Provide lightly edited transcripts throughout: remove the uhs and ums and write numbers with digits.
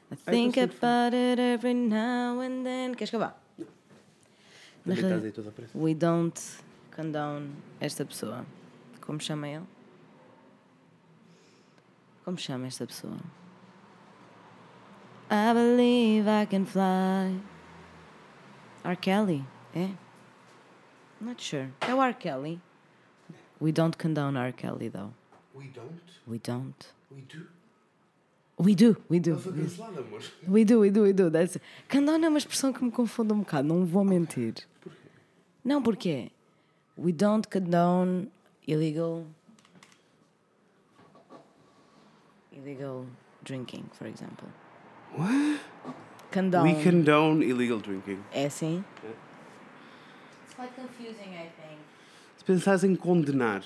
I think about it every now and then. Queres que eu vá? Também estás aí toda a pressa. We don't condone esta pessoa. Como chama ele? Como chama esta pessoa? I believe I can fly. R. Kelly, é? Not sure. É o R. Kelly. We don't condone R. Kelly, though. We don't? We don't. We do? We do, we do. Ele foi cancelado, amor. We do. That's... Condone é uma expressão que me confunde um bocado, não vou mentir. Porquê? Não, porque we don't condone illegal drinking, for example. What? Condone. We condone illegal drinking. É assim? It's quite confusing, I think. Se pensares em condenar...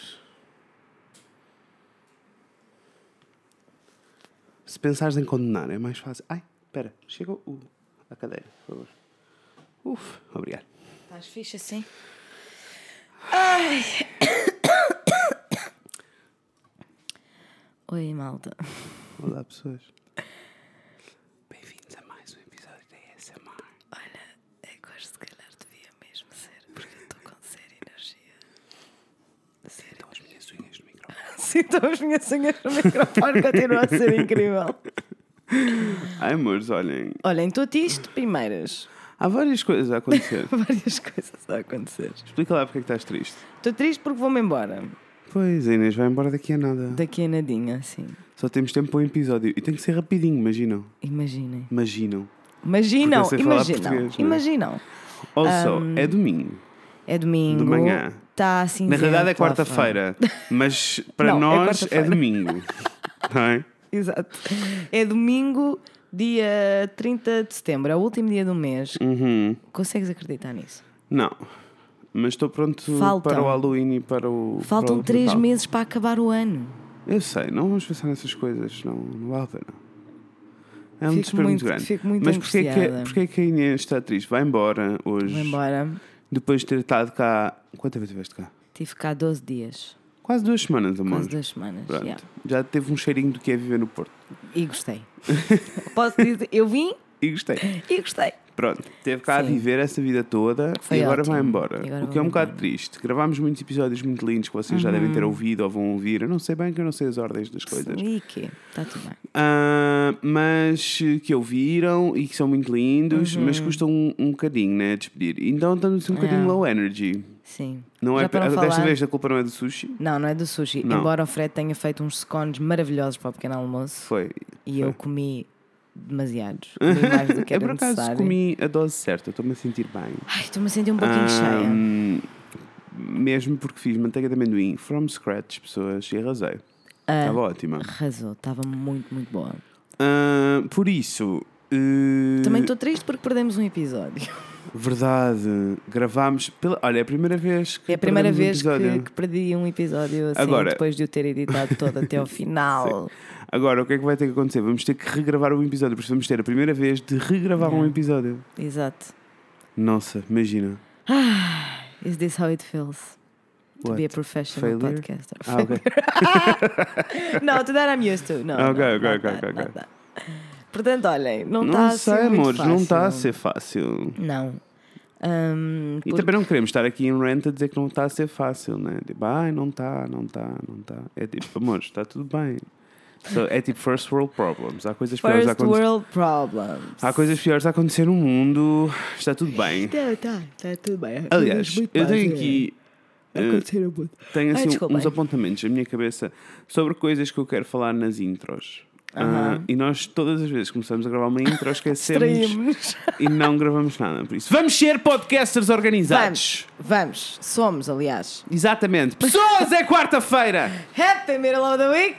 Se pensares em condenar, é mais fácil. Ai, espera, chegou a cadeira, por favor. Obrigado. Estás fixe assim? Ai. Oi, malta. Olá, pessoas. Bem-vindos a mais um episódio da ASMR. Olha, é que hoje se calhar devia mesmo ser, porque eu estou com zero energia. Sintam as minhas unhas no microfone. Sinto as minhas unhas no microfone, continua a ser incrível. Ai, amores, olhem. Olhem, estou triste, primeiras. Há várias coisas a acontecer. Várias coisas a acontecer. Explica lá porque é que estás triste. Estou triste porque vou-me embora. Pois, a Inês vai embora daqui a nada. Daqui a nadinha, sim. Só temos tempo para um episódio. E tem que ser rapidinho, imaginam. Imaginem. Imaginam. Imaginam, Porque eu sei falar imaginam. português, não é? Imaginam. Also, é domingo. É domingo. De manhã. Está assim. Na realidade é quarta-feira. Mas para Não, é nós quarta-feira. é domingo. Não é? Exato. É domingo, dia 30 de setembro. É o último dia do mês. Uhum. Consegues acreditar nisso? Não. Mas estou pronto Faltam. para o Halloween e para o... Faltam para o 3 Natal. meses para acabar o ano. Eu sei, não vamos pensar nessas coisas. Não vale a pena. É um Fico desespero muito muito- grande. fico muito Mas porquê angustiada. é que a Inês está triste? Vai embora hoje. Vou embora. Depois de ter estado cá... Quantas vezes estiveste cá? Tive cá 12 dias. Quase 2 semanas, amor. Quase 2 semanas. Pronto. Yeah. Já teve um cheirinho do que é viver no Porto. E gostei. Posso dizer, eu vim E gostei. e gostei. Pronto, teve cá a Sim. viver essa vida toda Foi e agora ótimo. vai embora. E agora O que é um vou bocado embora. triste. Gravámos muitos episódios muito lindos que vocês já devem ter ouvido ou vão ouvir. Eu não sei bem, que eu não sei as ordens das coisas. E que está tudo bem. Mas que ouviram e que são muito lindos, mas custam um bocadinho, né, a despedir. Então estamos um bocadinho low energy. Sim. Não Já é, para não desta falar- vez a culpa não é do sushi. Não é do sushi. Não. Embora o Fred tenha feito uns scones maravilhosos para o pequeno almoço. Foi. E eu comi demasiados. Comi mais do que Eu era por acaso necessário. comi a dose certa, estou-me a sentir bem. Ai, estou-me a sentir um pouquinho cheia. Mesmo porque fiz manteiga de amendoim from scratch, pessoas, e arrasei. Estava ótima. Arrasou. Estava muito, muito boa. Por isso... Também estou triste porque perdemos um episódio. Verdade, gravámos... Olha, é a primeira vez que É a primeira perdemos um vez episódio. que perdi um episódio assim, Agora- depois de o ter editado todo até ao final. Agora, o que é que vai ter que acontecer? Vamos ter que regravar um episódio, por isso vamos ter a primeira vez de regravar um episódio. Exato. Nossa, imagina. Is this how it feels? To What? be a professional Failure? podcaster. Ok. No, to that I'm used to. No, Ok, no, ok, not ok, that, ok. not that. Portanto, olhem, não está Não a sei, ser muito amores, fácil. não está a ser fácil. Não. E também não queremos estar aqui em rant a dizer que não está a ser fácil, né? Tipo, não está. É tipo, amores, está tudo bem. É tipo first world problems. Há coisas piores a First acontecer. world problems. Há coisas piores a acontecer no mundo. Está tudo bem. Está tudo bem. Aliás, eu tenho aqui. Tenho assim desculpem. uns apontamentos na minha cabeça sobre coisas que eu quero falar nas intros. E nós todas as vezes que começamos a gravar uma intro esquecemos Distraímos. e não gravamos nada. Por isso, vamos ser podcasters organizados. Vamos. Somos, aliás. Exatamente. Pessoas, é quarta-feira. Happy Middle of the Week.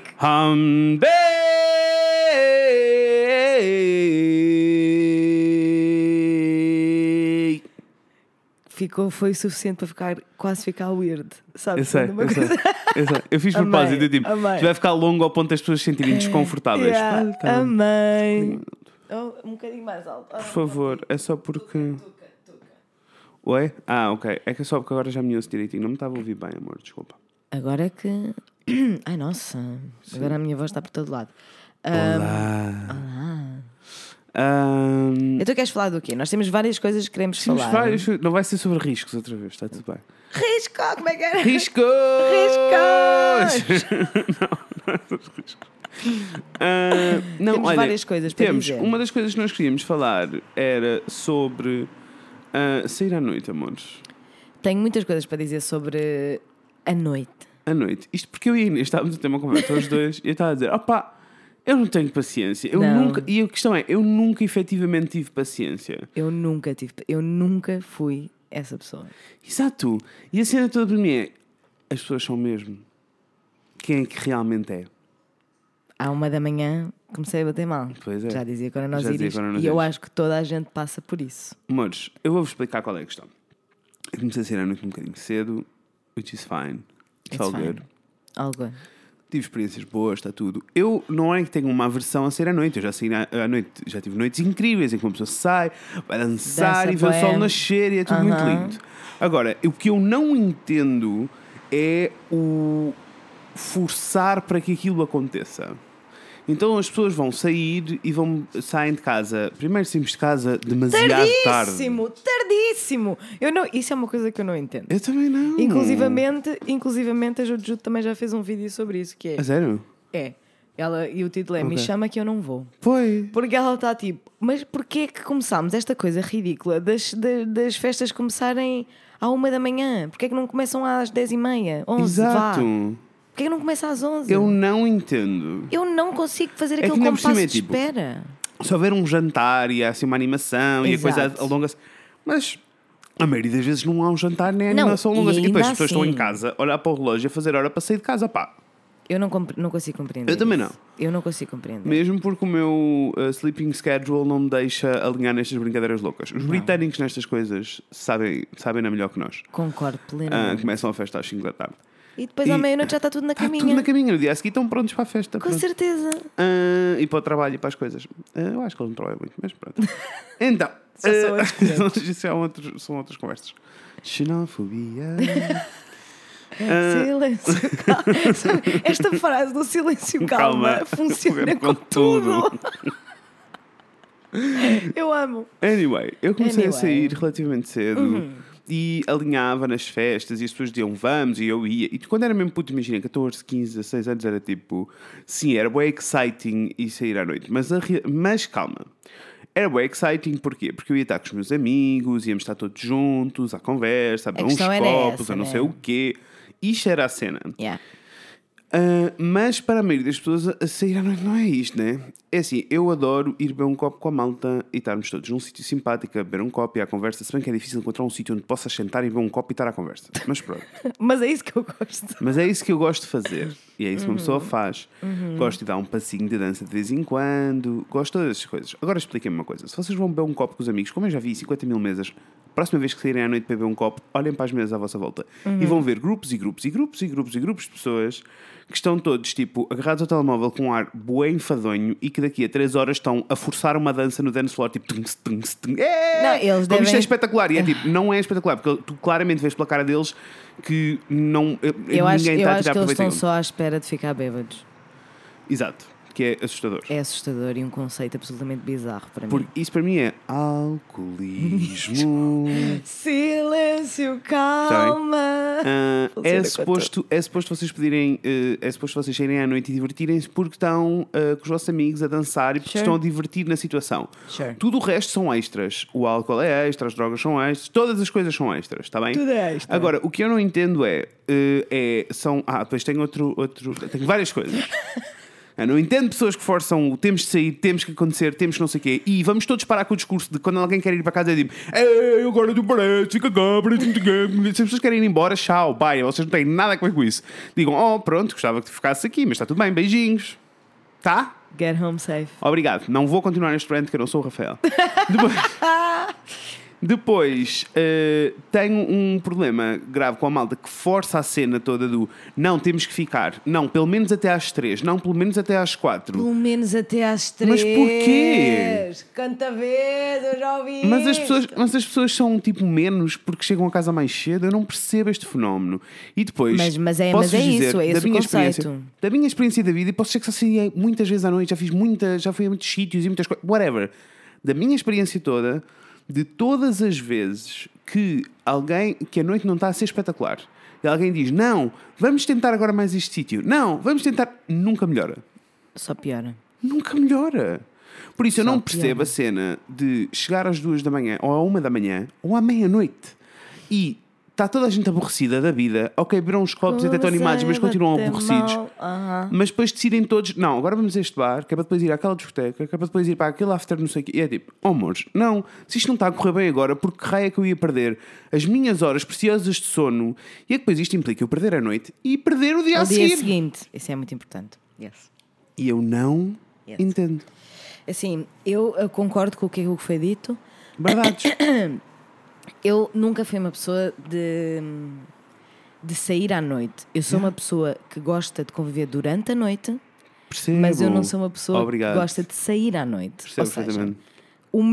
Day. Foi o suficiente para quase ficar weird. Sabes? Eu sei, Uma eu sei, coisa- eu sei. Eu fiz Amei, propósito, tipo, amei. vai ficar longo ao ponto das pessoas se sentirem desconfortáveis. Yeah, Tá. amei. Um bocadinho mais alto. Por favor, é só porque... Oi? Ok. É que é só porque agora já me ouço direitinho. Não me estava a ouvir bem, amor, desculpa. Agora é que... Ai, nossa. Agora a minha voz está por todo lado. Olá. Então queres falar do quê? Nós temos várias coisas que queremos Temos falar. várias... Não vai ser sobre riscos outra vez, está tudo bem. Risco! Como é que era? Riscos! Riscos! Não é sobre riscos. Não, Temos olha, várias coisas para temos. dizer. Uma das coisas que nós queríamos falar era sobre sair à noite, amores. Tenho muitas coisas para dizer sobre a noite. À noite. Isto porque eu e a Inês estávamos a ter uma conversa os dois e eu estava a dizer, opá, eu não tenho paciência. E a questão é, eu nunca efetivamente tive paciência. Eu nunca fui essa pessoa. Exato. E a cena toda para mim é, as pessoas são mesmo. Quem é que realmente é? À 1 da manhã comecei a bater mal. Pois é. Já dizia Cora Nós Já dizia Íris. Cora Nós E eu Íris. acho que toda a gente passa por isso. Amores, eu vou-vos explicar qual é a questão. Eu comecei a sair à noite um bocadinho cedo, which is fine. It's all fine. good. All good. Tive experiências boas, está tudo. Eu não é que tenho uma aversão a sair à noite. Eu já saí à noite, já tive noites incríveis em que uma pessoa sai, vai dançar Dança e vê o sol boa. nascer e é tudo muito lindo. Agora, o que eu não entendo é o forçar para que aquilo aconteça. Então as pessoas vão sair e saem de casa. Primeiro saímos de casa demasiado tarde. Tardíssimo! Isso é uma coisa que eu não entendo. Eu também não. Inclusivamente a Juju também já fez um vídeo sobre isso, que é... A sério? É. E o título é Me Ok. chama que eu não vou. Foi. Porque ela está tipo, mas porquê é que começámos esta coisa ridícula das festas começarem à 1 da manhã? Porquê é que não começam às 10h30, 11h? Exato. Porquê é que não começa às 11h? Eu não entendo. Eu não consigo fazer que aquele ainda por compasso cima é de tipo- espera. Se houver um jantar e há assim uma animação e a Exato. coisa alonga-se. Mas a maioria das vezes não há um jantar nem a Não, animação alonga-se. e E depois as ainda pessoas estão em assim- casa, olhar para o relógio e a fazer hora para sair de casa. Pá. Eu não consigo compreender. Eu também isso. não. Eu não consigo compreender. Mesmo porque o meu sleeping schedule não me deixa alinhar nestas brincadeiras loucas. Os britânicos nestas coisas sabem melhor que nós. Concordo plenamente. Começam a festa às 5 da tarde. E depois à meia-noite já está tudo na Está caminha. tudo na caminha. No dia a seguir estão prontos para a festa. Com pronto. certeza. E para o trabalho e para as coisas. Eu acho que eles não trabalham muito, mas pronto. Então, Só são outros clientes. isso são outras conversas. Xenofobia. Silêncio, calma. Esta frase do silêncio calma, funciona com tudo. Eu amo. Anyway, eu comecei a Anyway. sair relativamente cedo e alinhava nas festas e as pessoas diziam vamos e eu ia. E quando era mesmo puto, imagina, 14, 15, 16 anos, era tipo, sim, era bem exciting e sair à noite. Mas calma. Era bem exciting, porquê? Porque eu ia estar com os meus amigos, íamos estar todos juntos, à conversa, a beber uns questão era copos, essa, a não né? sei o quê. Isto era a cena. Yeah. Mas para a maioria das pessoas a sair à noite não é isto, né? É assim, eu adoro ir beber um copo com a malta e estarmos todos num sítio simpático a beber um copo e à conversa, se bem que é difícil encontrar um sítio onde possas sentar e beber um copo e estar à conversa. Mas pronto. Mas é isso que eu gosto. Mas é isso que eu gosto de fazer. E é isso que uma pessoa faz. Gosto de dar um passinho de dança de vez em quando. Gosto de todas essas coisas. Agora expliquem-me uma coisa. Se vocês vão beber um copo com os amigos, como eu já vi 50 mil mesas, próxima vez que saírem à noite para beber um copo, olhem para as mesas à vossa volta. E vão ver grupos e grupos e grupos e grupos e grupos de pessoas que estão todos, tipo, agarrados ao telemóvel com um ar bué enfadonho e que daqui a 3 horas estão a forçar uma dança no dance floor, tipo... Não, eles como isto devem- é espetacular. E é tipo, não é espetacular, porque tu claramente vês pela cara deles que não... Eu acho ninguém está a que tirar eles proveito estão nenhum. só à espera de ficar bêbados. Exato, que é assustador. É assustador e um conceito absolutamente bizarro para mim. Porque isso para mim é alcoolismo. Silêncio, calma. É Funciona com suposto vocês pedirem, é suposto vocês saírem à noite e divertirem-se porque estão com os vossos amigos a dançar e porque Sure. estão a divertir na situação. Sure. Tudo o resto são extras. O álcool é extra, as drogas são extras, todas as coisas são extras, está bem? Tudo é extra. Agora, o que eu não entendo depois tem tenho várias coisas. Eu não entendo pessoas que forçam o temos de sair, temos que acontecer, temos que não sei o quê. E vamos todos parar com o discurso de quando alguém quer ir para casa é tipo ei, agora tu parece, fica cá, parece muito grande. Se as pessoas querem ir embora, tchau, bye. Vocês não têm nada a ver com isso. Digam, pronto, gostava que tu ficasses aqui, mas está tudo bem, beijinhos. Tá? Get home safe. Obrigado. Não vou continuar neste rant que eu não sou o Rafael. Depois tenho um problema grave com a malta que força a cena toda do não, temos que ficar. Não, pelo menos até às 3. Não, pelo menos até às 4. Pelo menos até às 3. Mas porquê? Canta vez, eu já ouvi. Mas as pessoas são tipo menos porque chegam a casa mais cedo. Eu não percebo este fenómeno. E depois Mas é posso-vos dizer, isso, é esse da minha o conceito. experiência, da minha experiência da vida, e posso dizer que já saí muitas vezes à noite, já fui a muitos sítios e muitas coisas, whatever. da minha experiência toda, de todas as vezes que a noite não está a ser espetacular e alguém diz, não, vamos tentar agora mais este sítio, não, vamos tentar, nunca melhora. Só piora. Nunca melhora. Por isso eu Só não percebo piora. a cena de chegar às 2 da manhã ou à 1 da manhã ou à meia-noite e está toda a gente aborrecida da vida. Ok, beberam uns copos e até estão animados, mas continuam aborrecidos. Mas depois decidem todos, não, agora vamos a este bar, que é para depois ir àquela discoteca, que é para depois ir para aquele after, não sei o quê. E é tipo, oh amores, não, se isto não está a correr bem agora, porque que raio é que eu ia perder as minhas horas preciosas de sono? E é que depois isto implica eu perder a noite e perder o dia a O dia seguir. seguinte. Isso é muito importante. Yes. E eu não Yes. entendo. Assim, eu concordo com o que foi dito. Verdades. Eu nunca fui uma pessoa de sair à noite. Eu sou uma pessoa que gosta de conviver durante a noite, Percebo. mas eu não sou uma pessoa Obrigado. que gosta de sair à noite. Percebo Ou seja, perfeitamente. o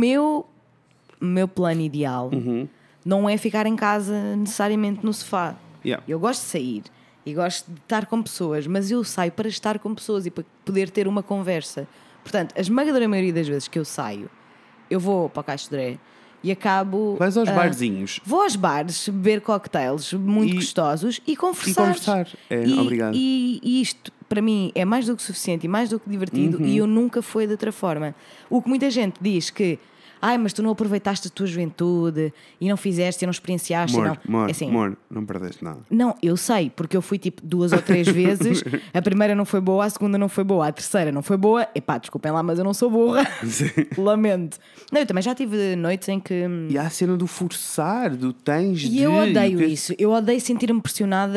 meu plano ideal não é ficar em casa necessariamente no sofá. Yeah. Eu gosto de sair e gosto de estar com pessoas, mas eu saio para estar com pessoas e para poder ter uma conversa. Portanto, a esmagadora maioria das vezes que eu saio, eu vou para o Caixo de Dré e acabo... Vais aos barzinhos. Vou aos bares beber cocktails muito gostosos e conversar. E conversar. Obrigado. E isto, para mim, é mais do que suficiente e mais do que divertido e eu nunca fui de outra forma. O que muita gente diz que mas tu não aproveitaste a tua juventude e não fizeste e não experienciaste. Amor, não perdeste nada. Não, eu sei, porque eu fui tipo 2 ou 3 vezes. A primeira não foi boa, a segunda não foi boa, a terceira não foi boa. Epá, desculpem lá, mas eu não sou burra. Lamento. Não, eu também já tive noites em que... E há a cena do forçar, do tens de... E eu odeio isso. Eu odeio sentir-me pressionada.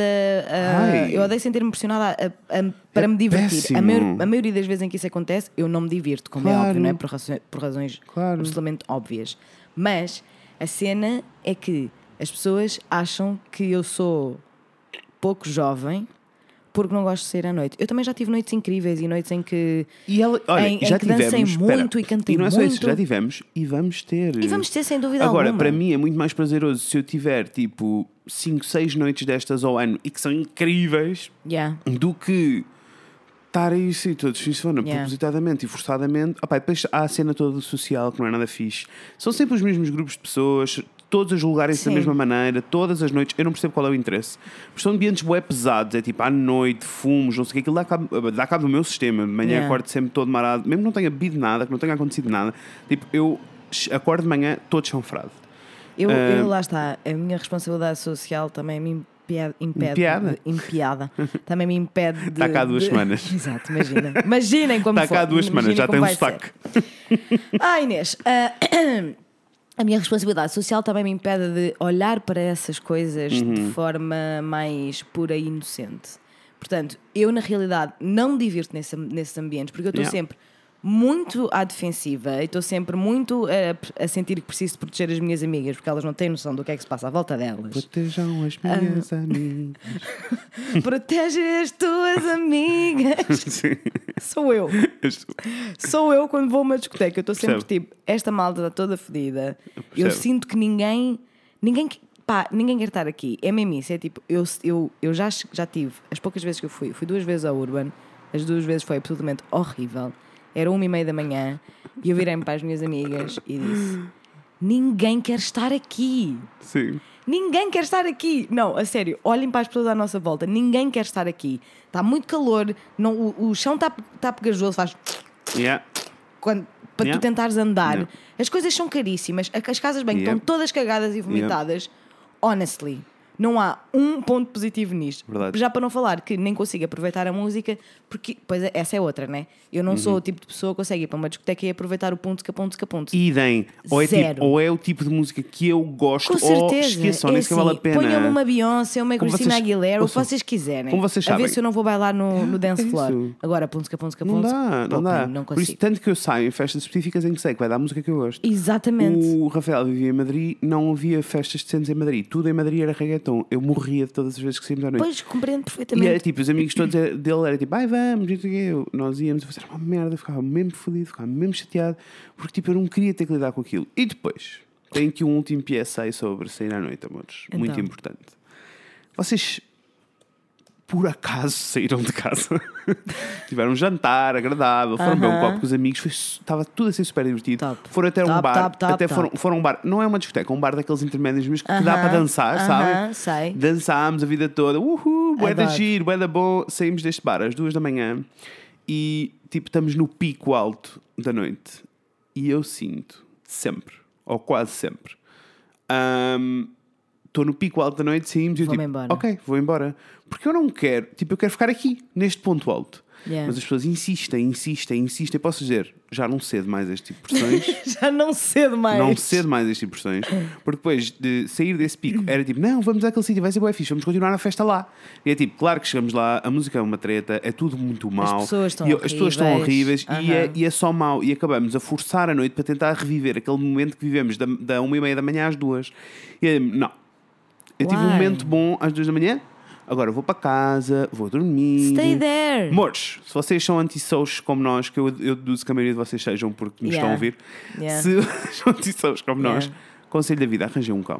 Eu odeio sentir-me pressionada para me divertir. péssimo. A maioria das vezes em que isso acontece, eu não me divirto, como é óbvio, não é? Por razões absolutamente óbvias. Mas a cena é que as pessoas acham que eu sou pouco jovem porque não gosto de sair à noite. Eu também já tive noites incríveis e noites em que... já que dancei tivemos muito e cantei e não é só muito. isso, já tivemos e vamos ter. E vamos ter, sem dúvida Agora, alguma. para mim é muito mais prazeroso se eu tiver tipo 5, 6 noites destas ao ano e que são incríveis Yeah. do que estar a isso e todos os fins de semana, propositadamente e forçadamente. E depois há a cena toda social que não é nada fixe. São sempre os mesmos grupos de pessoas, todos a julgarem-se da Sim. mesma maneira, todas as noites. Eu não percebo qual é o interesse. Porque são ambientes bué pesados, é tipo à noite, fumos, não sei o que, aquilo dá cabo do meu sistema. De manhã acordo sempre todo marado, mesmo que não tenha bebido nada, que não tenha acontecido nada. Tipo, eu acordo de manhã todo chanfrado. Eu lá está, a minha responsabilidade social também me impede. Também me impede de... Está cá há 2 semanas. Exato, imaginem como Está cá há 2 semanas, já tem um sotaque. Inês, a minha responsabilidade social também me impede de olhar para essas coisas de forma mais pura e inocente. Portanto, eu na realidade não me divirto nesses ambientes porque eu estou sempre muito à defensiva e estou sempre muito a sentir que preciso de proteger as minhas amigas porque elas não têm noção do que é que se passa à volta delas. Protejam as minhas amigas. Protege as tuas amigas. Sim. Sou eu. Sou eu quando vou a uma discoteca. Eu estou sempre tipo, esta malta está toda fodida. Eu sinto que ninguém quer estar aqui. É mesmo isso. É tipo, eu já tive, as poucas vezes que eu fui 2 vezes ao Urban, as 2 vezes foi absolutamente horrível. Era 1h30 da manhã e eu virei-me para as minhas amigas e disse: ninguém quer estar aqui. Sim. Ninguém quer estar aqui. Não, a sério, olhem para as pessoas à nossa volta. Ninguém quer estar aqui. Está muito calor, o chão está pegajoso, faz para tu tentares andar. As coisas são caríssimas. As casas de banho estão todas cagadas e vomitadas. Honestly, não há um ponto positivo nisto. Verdade. Já para não falar que nem consigo aproveitar a música, porque, pois essa é outra, né? Eu não sou o tipo de pessoa que consegue ir para uma discoteca e aproveitar o ponto. Idem. Ou é o tipo de música que eu gosto, com certeza. ou esqueçam, nem sequer vale a pena. Ponham uma Beyoncé, uma Christina Aguilera, o que vocês quiserem. Como vocês a sabem. ver se eu não vou bailar no dance floor. Isso. Agora, Não dá. Não Por isso, consigo. tanto que eu saio em festas específicas em que sei que vai dar música que eu gosto. Exatamente. O Rafael vivia em Madrid, não havia festas decentes em Madrid. Tudo em Madrid era reggaeton. Eu morria de todas as vezes que saímos à noite. Pois, compreendo E perfeitamente. era tipo, os amigos todos dele era tipo, vamos, não sei o quê. Nós íamos a fazer uma merda, ficava mesmo fodido, ficava mesmo chateado, porque tipo, eu não queria ter que lidar com aquilo. E depois, tenho aqui um último PSA sobre sair à noite, amores. Então. Muito importante. Vocês por acaso saíram de casa. Tiveram um jantar agradável, foram beber um copo com os amigos, estava tudo a ser super divertido. Top. Foram até um bar, Top. foram a um bar, não é uma discoteca, é um bar daqueles intermédios mesmo que dá para dançar, sabe? Sei. Dançámos a vida toda, bué da giro, bué da bom. Saímos deste bar às 2 da manhã e tipo estamos no pico alto da noite e eu sinto sempre, ou quase sempre, estou no pico alto da noite, saímos e eu tipo, embora. ok, vou embora. Porque eu não quero, tipo, eu quero ficar aqui, neste ponto alto. Yeah. Mas as pessoas insistem. Posso dizer, já não cedo mais este tipo de pressões. Já não cedo mais. Não cedo mais este tipo de pressões. Porque depois de sair desse pico, era tipo, não, vamos àquele sítio, vai ser bué fixe, vamos continuar a festa lá. E é tipo, claro que chegamos lá, a música é uma treta, é tudo muito mau. As pessoas estão horríveis e é só mau. E acabamos a forçar a noite para tentar reviver aquele momento que vivemos da 1h30 da manhã às 2. E não. Eu tive um momento bom às 2 da manhã. Agora vou para casa, vou dormir. Stay there. Amores, se vocês são anti-socials como nós, que eu deduzo que a maioria de vocês sejam porque nos estão a ouvir, se são anti-socials como nós, conselho da vida, arranjem um cão.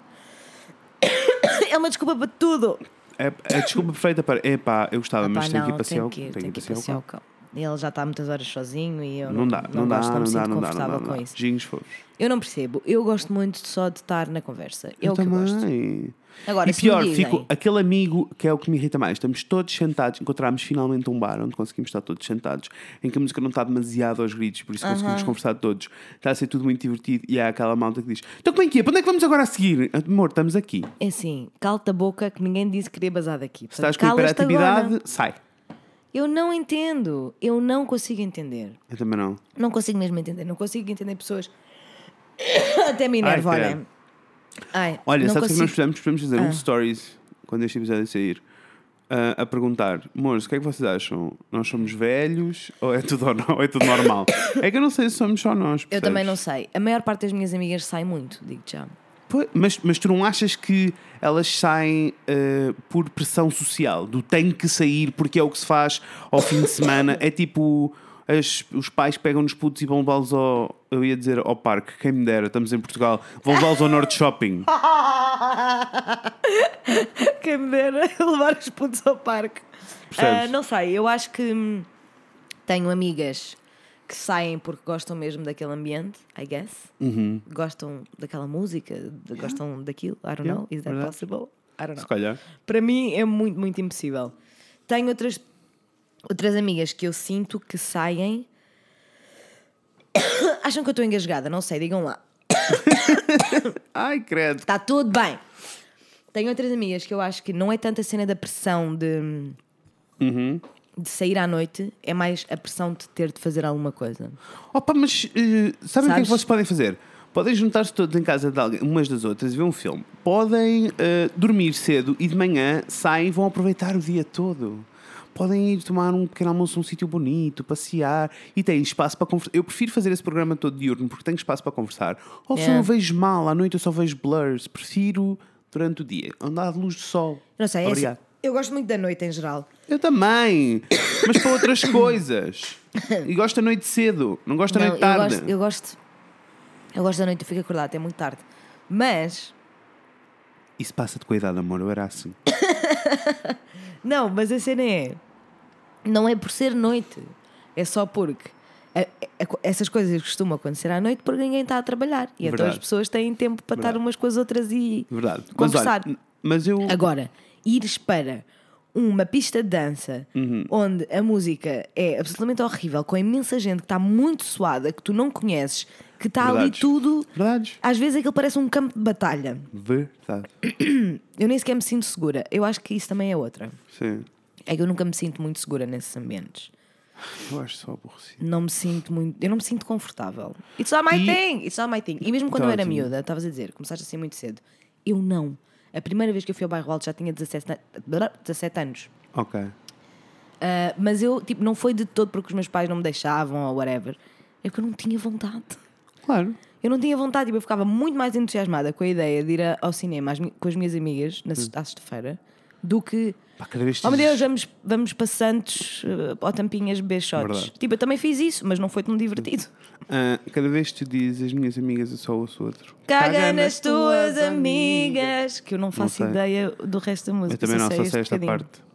É uma desculpa para tudo. É a desculpa perfeita para eu gostava, mas tenho que ir passear o cão. Ele já está muitas horas sozinho e eu não me sinto confortável com isso. Ginhos fofos. Eu não percebo. Eu gosto muito só de estar na conversa. Eu também. Que gosto. Agora, e pior, fico aquele amigo que é o que me irrita mais. Estamos todos sentados, encontramos finalmente um bar onde conseguimos estar todos sentados, em que a música não está demasiado aos gritos, por isso conseguimos conversar todos. Está a ser tudo muito divertido e há aquela malta que diz: então como é que é? Para onde é que vamos agora a seguir? Amor, estamos aqui. É assim, cala-te a boca que ninguém disse que queria bazar daqui. Se estás com hiperatividade, sai. Eu não entendo. Eu não consigo entender. Eu também não. Não consigo mesmo entender. Não consigo entender pessoas. Até me enerva, olha. Olha, sabes o que nós podemos fazer um stories quando este episódio sair a perguntar: amores, o que é que vocês acham? Nós somos velhos ou é tudo normal? É que eu não sei se somos só nós. Eu também não sei. A maior parte das minhas amigas sai muito, digo-te já. Mas tu não achas que elas saem por pressão social? Do tem que sair porque é o que se faz ao fim de semana? É tipo os pais pegam nos putos e vão levá-los eu ia dizer ao parque, quem me dera, estamos em Portugal, vão levá-los ao Norte Shopping. Quem me dera levar os putos ao parque. Não sei, eu acho que tenho amigas que saem porque gostam mesmo daquele ambiente, I guess. Gostam daquela música, gostam daquilo. I don't know, is that possible? I don't know. Se calhar. Para mim é muito, muito impossível. Tenho outras amigas que eu sinto que saem. Acham que eu estou engasgada, não sei, digam lá. Ai, credo. Está tudo bem. Tenho outras amigas que eu acho que não é tanto a cena da pressão de sair à noite, é mais a pressão de ter de fazer alguma coisa. Opa, mas sabem o que é que vocês podem fazer? Podem juntar-se todos em casa de alguém, umas das outras, e ver um filme. Podem dormir cedo e de manhã saem e vão aproveitar o dia todo. Podem ir tomar um pequeno almoço num sítio bonito, passear e têm espaço para conversar. Eu prefiro fazer esse programa todo diurno porque tenho espaço para conversar. Ou se eu vejo mal, à noite eu só vejo blurs. Prefiro durante o dia andar de luz do sol. Não sei, obrigado. Eu gosto muito da noite em geral. Eu também, mas para outras coisas. E gosto da noite cedo, não gosto da noite tarde. Eu gosto da noite, eu fico acordado até muito tarde. Mas isso passa-te com a idade, amor, eu era assim. Não, mas a cena não é por ser noite, é só porque essas coisas costumam acontecer à noite porque ninguém está a trabalhar e então as pessoas têm tempo para estar umas com as outras e conversar. Mas eu... Agora, ires para uma pista de dança onde a música é absolutamente horrível, com imensa gente que está muito suada, que tu não conheces, que está ali tudo. Verdade. Às vezes aquilo parece um campo de batalha. Verdade. Eu nem sequer me sinto segura. Eu acho que isso também é outra. Sim. É que eu nunca me sinto muito segura nesses ambientes. Eu acho só aborrecido. Eu não me sinto confortável. It's not my thing. E mesmo quando eu era miúda, estavas a dizer, começaste assim muito cedo. Eu não. A primeira vez que eu fui ao Bairro Alto já tinha 17 anos. Ok. Mas eu, não foi de todo porque os meus pais não me deixavam ou whatever. É porque eu não tinha vontade. Claro. Eu não tinha vontade, eu ficava muito mais entusiasmada com a ideia de ir ao cinema com as minhas amigas à sexta-feira do que cada vez meu Deus, vamos para Santos ou Tampinhas beber shots. Eu também fiz isso, mas não foi tão divertido. Cada vez que tu dizes as minhas amigas, eu só ouço outro. Caga nas tuas amigas. Que eu não faço ideia do resto da música. Eu também não, só sei esta parte.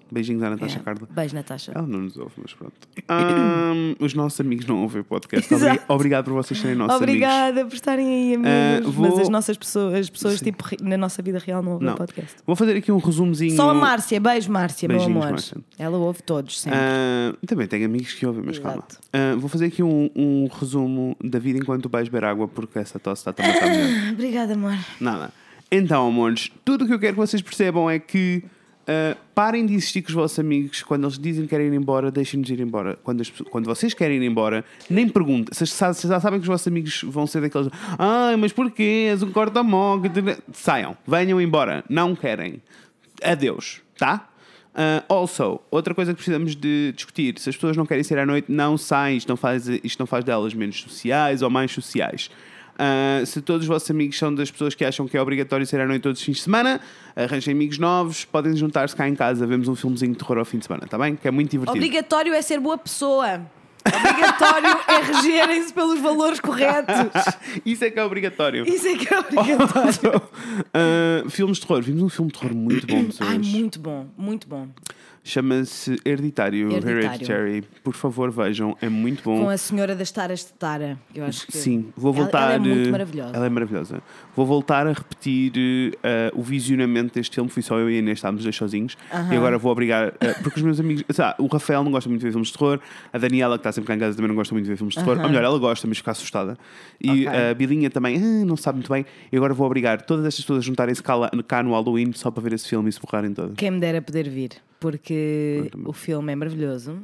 Beijinhos à Natasha Carla. Beijo, Natasha. Ela não nos ouve, mas pronto. Os nossos amigos não ouvem o podcast. Obrigado por vocês serem nossos Obrigada por estarem aí, amigos. Mas as nossas pessoas, as pessoas tipo, na nossa vida real não ouvem o podcast. Vou fazer aqui um resumozinho. Só a Márcia. Beijo, Márcia, meu amor. Márcia. Ela ouve todos, sempre. Também tenho amigos que ouvem, mas calma. Vou fazer aqui um resumo da vida enquanto tu vais beber água, porque essa tosse está a matar melhor. Obrigada, amor. Nada. Então, amores, tudo o que eu quero que vocês percebam é que parem de insistir com os vossos amigos. Quando eles dizem que querem ir embora, deixem-nos ir embora. Quando vocês querem ir embora, nem perguntem. Vocês já sabem que os vossos amigos vão ser daqueles mas porquê? És um corta-mó. Saiam, venham embora. Não querem. Adeus, tá? Also, outra coisa que precisamos de discutir: se as pessoas não querem sair à noite, não saem. Isto não faz delas menos sociais ou mais sociais. Se todos os vossos amigos são das pessoas que acham que é obrigatório sair à noite todos os fins de semana, arranjem amigos novos, podem juntar-se cá em casa, vemos um filmezinho de terror ao fim de semana, tá bem? Que é muito divertido. Obrigatório é ser boa pessoa. Obrigatório é regerem-se pelos valores corretos. Isso é que é obrigatório. Isso é que é obrigatório. Filmes de terror. Vimos um filme de terror muito bom, pessoas. Ai, muito bom, muito bom. Chama-se Hereditário. Hereditary. Por favor, vejam, é muito bom. Com a senhora das taras de Tara. Eu acho que sim, vou voltar. Ela é muito maravilhosa. Ela é maravilhosa. Vou voltar a repetir o visionamento deste filme. Fui só eu e a Inês, estávamos dois sozinhos. E agora vou obrigar. Porque os meus amigos. O Rafael não gosta muito de ver filmes de terror. A Daniela, que está sempre cá em casa, também não gosta muito de ver filmes de terror. Ou melhor, ela gosta, mas fica assustada. E a Bilinha também não sabe muito bem. E agora vou obrigar todas estas pessoas a juntarem-se cá no Halloween só para ver esse filme e se borrarem todas. Quem me dera poder vir. Porque o filme é maravilhoso.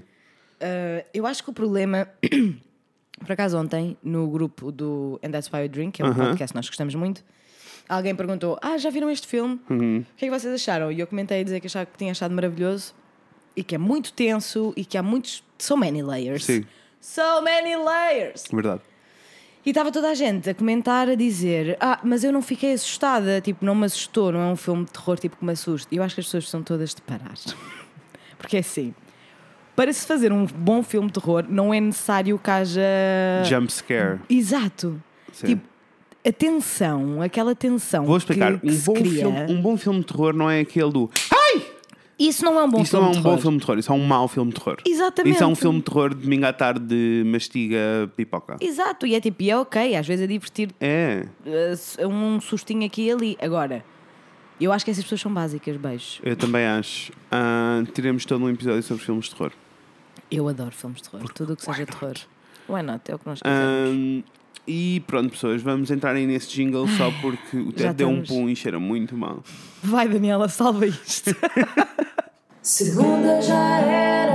Eu acho que o problema... Por acaso ontem, no grupo do And That's Why You Drink, que é um podcast que nós gostamos muito, alguém perguntou: já viram este filme? O que é que vocês acharam? E eu comentei a dizer que tinha achado maravilhoso e que é muito tenso e que há muitos... So many layers. Sim. So many layers. Verdade. E estava toda a gente a comentar, a dizer: mas eu não fiquei assustada, tipo, não me assustou, não é um filme de terror tipo que me assusta. E eu acho que as pessoas são todas de parar. Porque é assim, para se fazer um bom filme de terror não é necessário que haja... Jump scare. Exato. Sim. Tipo, a tensão, aquela tensão. Vou explicar. Que um bom filme de terror não é aquele do... Isso não é um bom filme de terror. Isso não é um bom filme de terror, isso é um mau filme de terror. Exatamente. Isso é um filme de terror de domingo à tarde de mastiga pipoca. Exato, e é tipo, ok, às vezes é divertir. Um sustinho aqui e ali. Agora, eu acho que essas pessoas são básicas, beijos. Eu também acho. Teremos todo um episódio sobre filmes de terror. Eu adoro filmes de terror, tudo o que seja terror. Why not? É o que nós quisermos. E pronto, pessoas, vamos entrar aí nesse jingle só porque o Ted deu um pum e cheira muito mal. Vai, Daniela, salva isto. Segunda já era,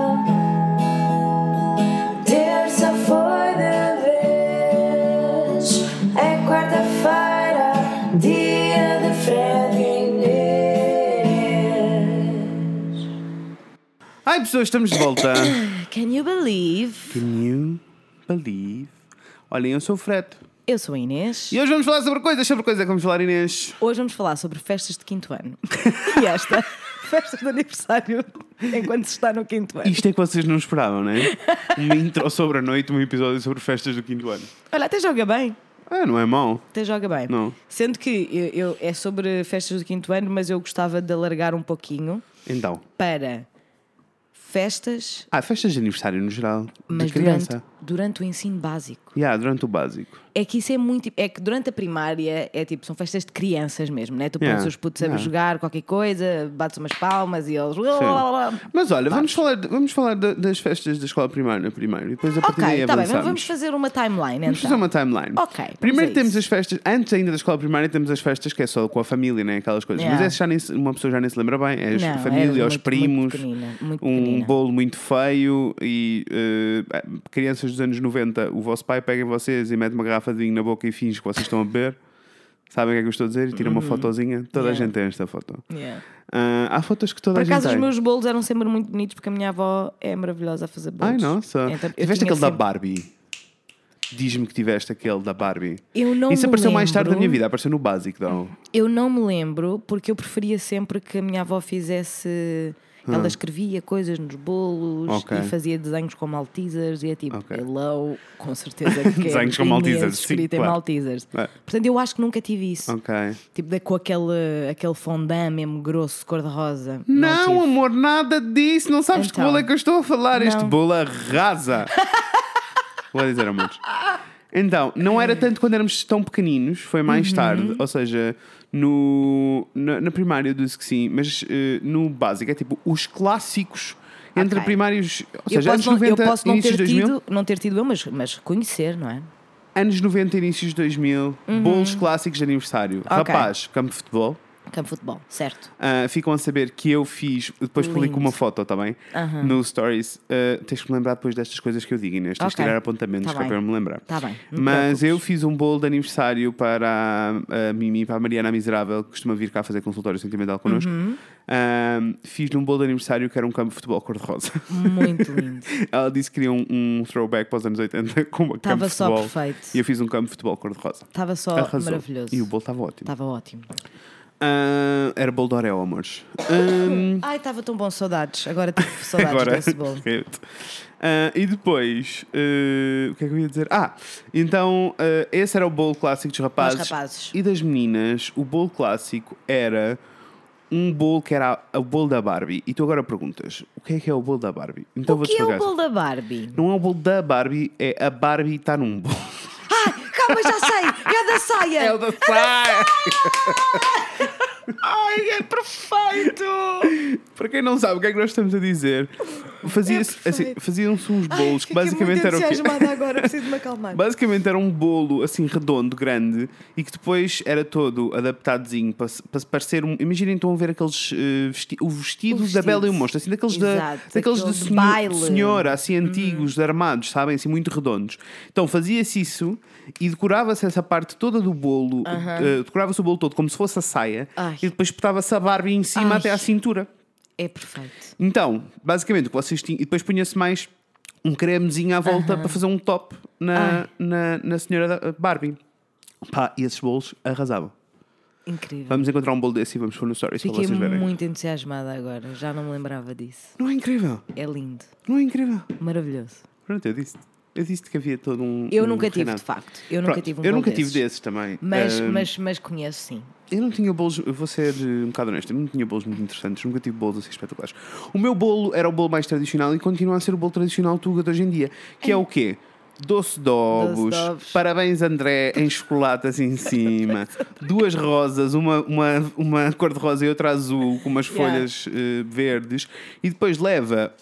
terça foi de vez, é quarta-feira, dia de Fred e Inês. Ai, pessoas, estamos de volta. Can you believe? Olhem, eu sou o Fred. Eu sou a Inês. E hoje vamos falar sobre coisas que vamos falar, Inês. Hoje vamos falar sobre festas de 5º ano. E esta, festas de aniversário, enquanto se está no 5º ano. Isto é que vocês não esperavam, não é? Uma intro sobre a noite, um episódio sobre festas do 5º ano. Olha, até joga bem. Não é mau. Até joga bem. Não. Sendo que é sobre festas do 5º ano, mas eu gostava de alargar um pouquinho. Então. Para festas... festas de aniversário no geral, mas de criança. Durante o ensino básico. Durante o básico. É que isso é muito... É que durante a primária é tipo, são festas de crianças mesmo, né? Tu pões os putos a jogar qualquer coisa, bates umas palmas e eles... Mas olha, vamos falar das festas da escola primária primeiro e depois a partir daí avançamos. Bem, vamos fazer uma timeline então. Vamos fazer uma timeline. Ok. Primeiro temos as festas, antes ainda da escola primária temos as festas que é só com a família, né? Aquelas coisas. Mas uma pessoa já nem se lembra bem. É a família, os primos, muito um bolo muito feio e crianças dos anos 90, o vosso pai pega em vocês e mete uma garrafa de vinho na boca e finge que vocês estão a beber. Sabem o que é que eu estou a dizer? E tira uma fotozinha. Toda a gente tem esta foto. Há fotos que toda a gente tem. Por acaso os meus bolos eram sempre muito bonitos porque a minha avó é maravilhosa a fazer bolos. Ai, nossa. Então, tiveste aquele da Barbie? Diz-me que tiveste aquele da Barbie. Isso apareceu mais tarde na minha vida. Apareceu no básico, não? Eu não me lembro porque eu preferia sempre que a minha avó fizesse... Ela escrevia coisas nos bolos Ok. e fazia desenhos com Maltesers e é tipo, Ok. hello, com certeza que Desenhos com imenso Maltesers, sim, escrito em claro. Maltesers. É. Portanto, eu acho que nunca tive isso. Ok. Tipo, com aquele fondant mesmo grosso, cor-de-rosa. Não, tive. amor, nada disso. Não sabes de que Então. bolo é que eu estou a falar. Este Não. bolo arrasa. Vou dizer, amores. Então, não era tanto quando éramos tão pequeninos, foi mais Uhum. tarde. Ou seja, na primária eu disse que sim, mas no básico é tipo os clássicos entre Ok. primários. Ou Eu seja, anos posso, 90, eu posso não inícios ter, de 2000. não ter tido eu, mas conhecer, não é? Anos 90, inícios de 2000, bolos clássicos de aniversário. Ok. Rapaz, campo de futebol. Campo de futebol, certo. Ficam a saber que eu fiz. Depois publico Lindo. uma foto também no Stories. Tens que me lembrar depois destas coisas que eu digo, Inês. Tens que Ok. tirar apontamentos Tá que é bem. para eu me lembrar. Tá bem, não te Mas preocupes. eu fiz um bolo de aniversário para a Mimi, para a Mariana Miserável, que costuma vir cá fazer consultório sentimental connosco. Fiz-lhe um bolo de aniversário que era um campo de futebol cor-de-rosa. Muito lindo. Ela disse que queria um throwback para os anos 80 com uma campo Estava de só futebol. perfeito. E eu fiz um campo de futebol cor-de-rosa. Estava só Arrasou. maravilhoso. E o bolo estava ótimo. Estava ótimo. Era bolo de Oreo, amores. Ai, estava tão bom, saudades. Agora tive saudades Agora, desse bolo. e depois, o que é que eu ia dizer? Então, esse era o bolo clássico dos rapazes. Dos rapazes. E das meninas, o bolo clássico era um bolo que era o bolo da Barbie. E tu agora perguntas, o que é o bolo da Barbie? Então O que é o bolo da Barbie? Não é o bolo da Barbie, é a Barbie está num bolo. Ai, calma, já sei! É da saia! É o da saia! Ai, é perfeito! Para quem não sabe o que é que nós estamos a dizer, faziam-se uns bolos que basicamente eram o quê? Agora, preciso de me acalmar. Basicamente era um bolo assim redondo, grande, e que depois era todo adaptadozinho para parecer um. Imaginem, estão a ver aqueles o vestido da Bela e o Monstro, assim, daqueles Exato, daqueles aquele de de baile. senhora, assim antigos, armados, sabem, assim muito redondos. Então fazia-se isso e decorava-se essa parte toda do bolo, decorava-se o bolo todo como se fosse a saia, Ai. e depois espetava-se a Barbie em cima Ai. até à cintura. É perfeito. Então, basicamente, o que vocês tinham. E depois punha-se mais um cremezinho à volta para fazer um top na senhora da Barbie. Pá, e esses bolos arrasavam. Incrível. Vamos encontrar um bolo desse e vamos pôr no Stories para Fiquei vocês verem. muito entusiasmada agora. Já não me lembrava disso. Não é incrível? É lindo. Não é incrível? Maravilhoso. Pronto, eu disse que havia todo um. Eu um nunca tive, reinado. de facto. Eu nunca Pronto, tive um eu bolo nunca tive desses. desses também. Mas conheço sim. Eu não tinha bolos, eu vou ser um bocado honesto, eu não tinha bolos muito interessantes, nunca tive bolos assim espetaculares. O meu bolo era o bolo mais tradicional e continua a ser o bolo tradicional tuga de hoje em dia, que é o quê? Doce de ovos, Doce de ovos. parabéns André, em chocolate assim em cima, duas rosas, uma cor-de-rosa e outra azul, com umas Yeah. folhas verdes, e depois leva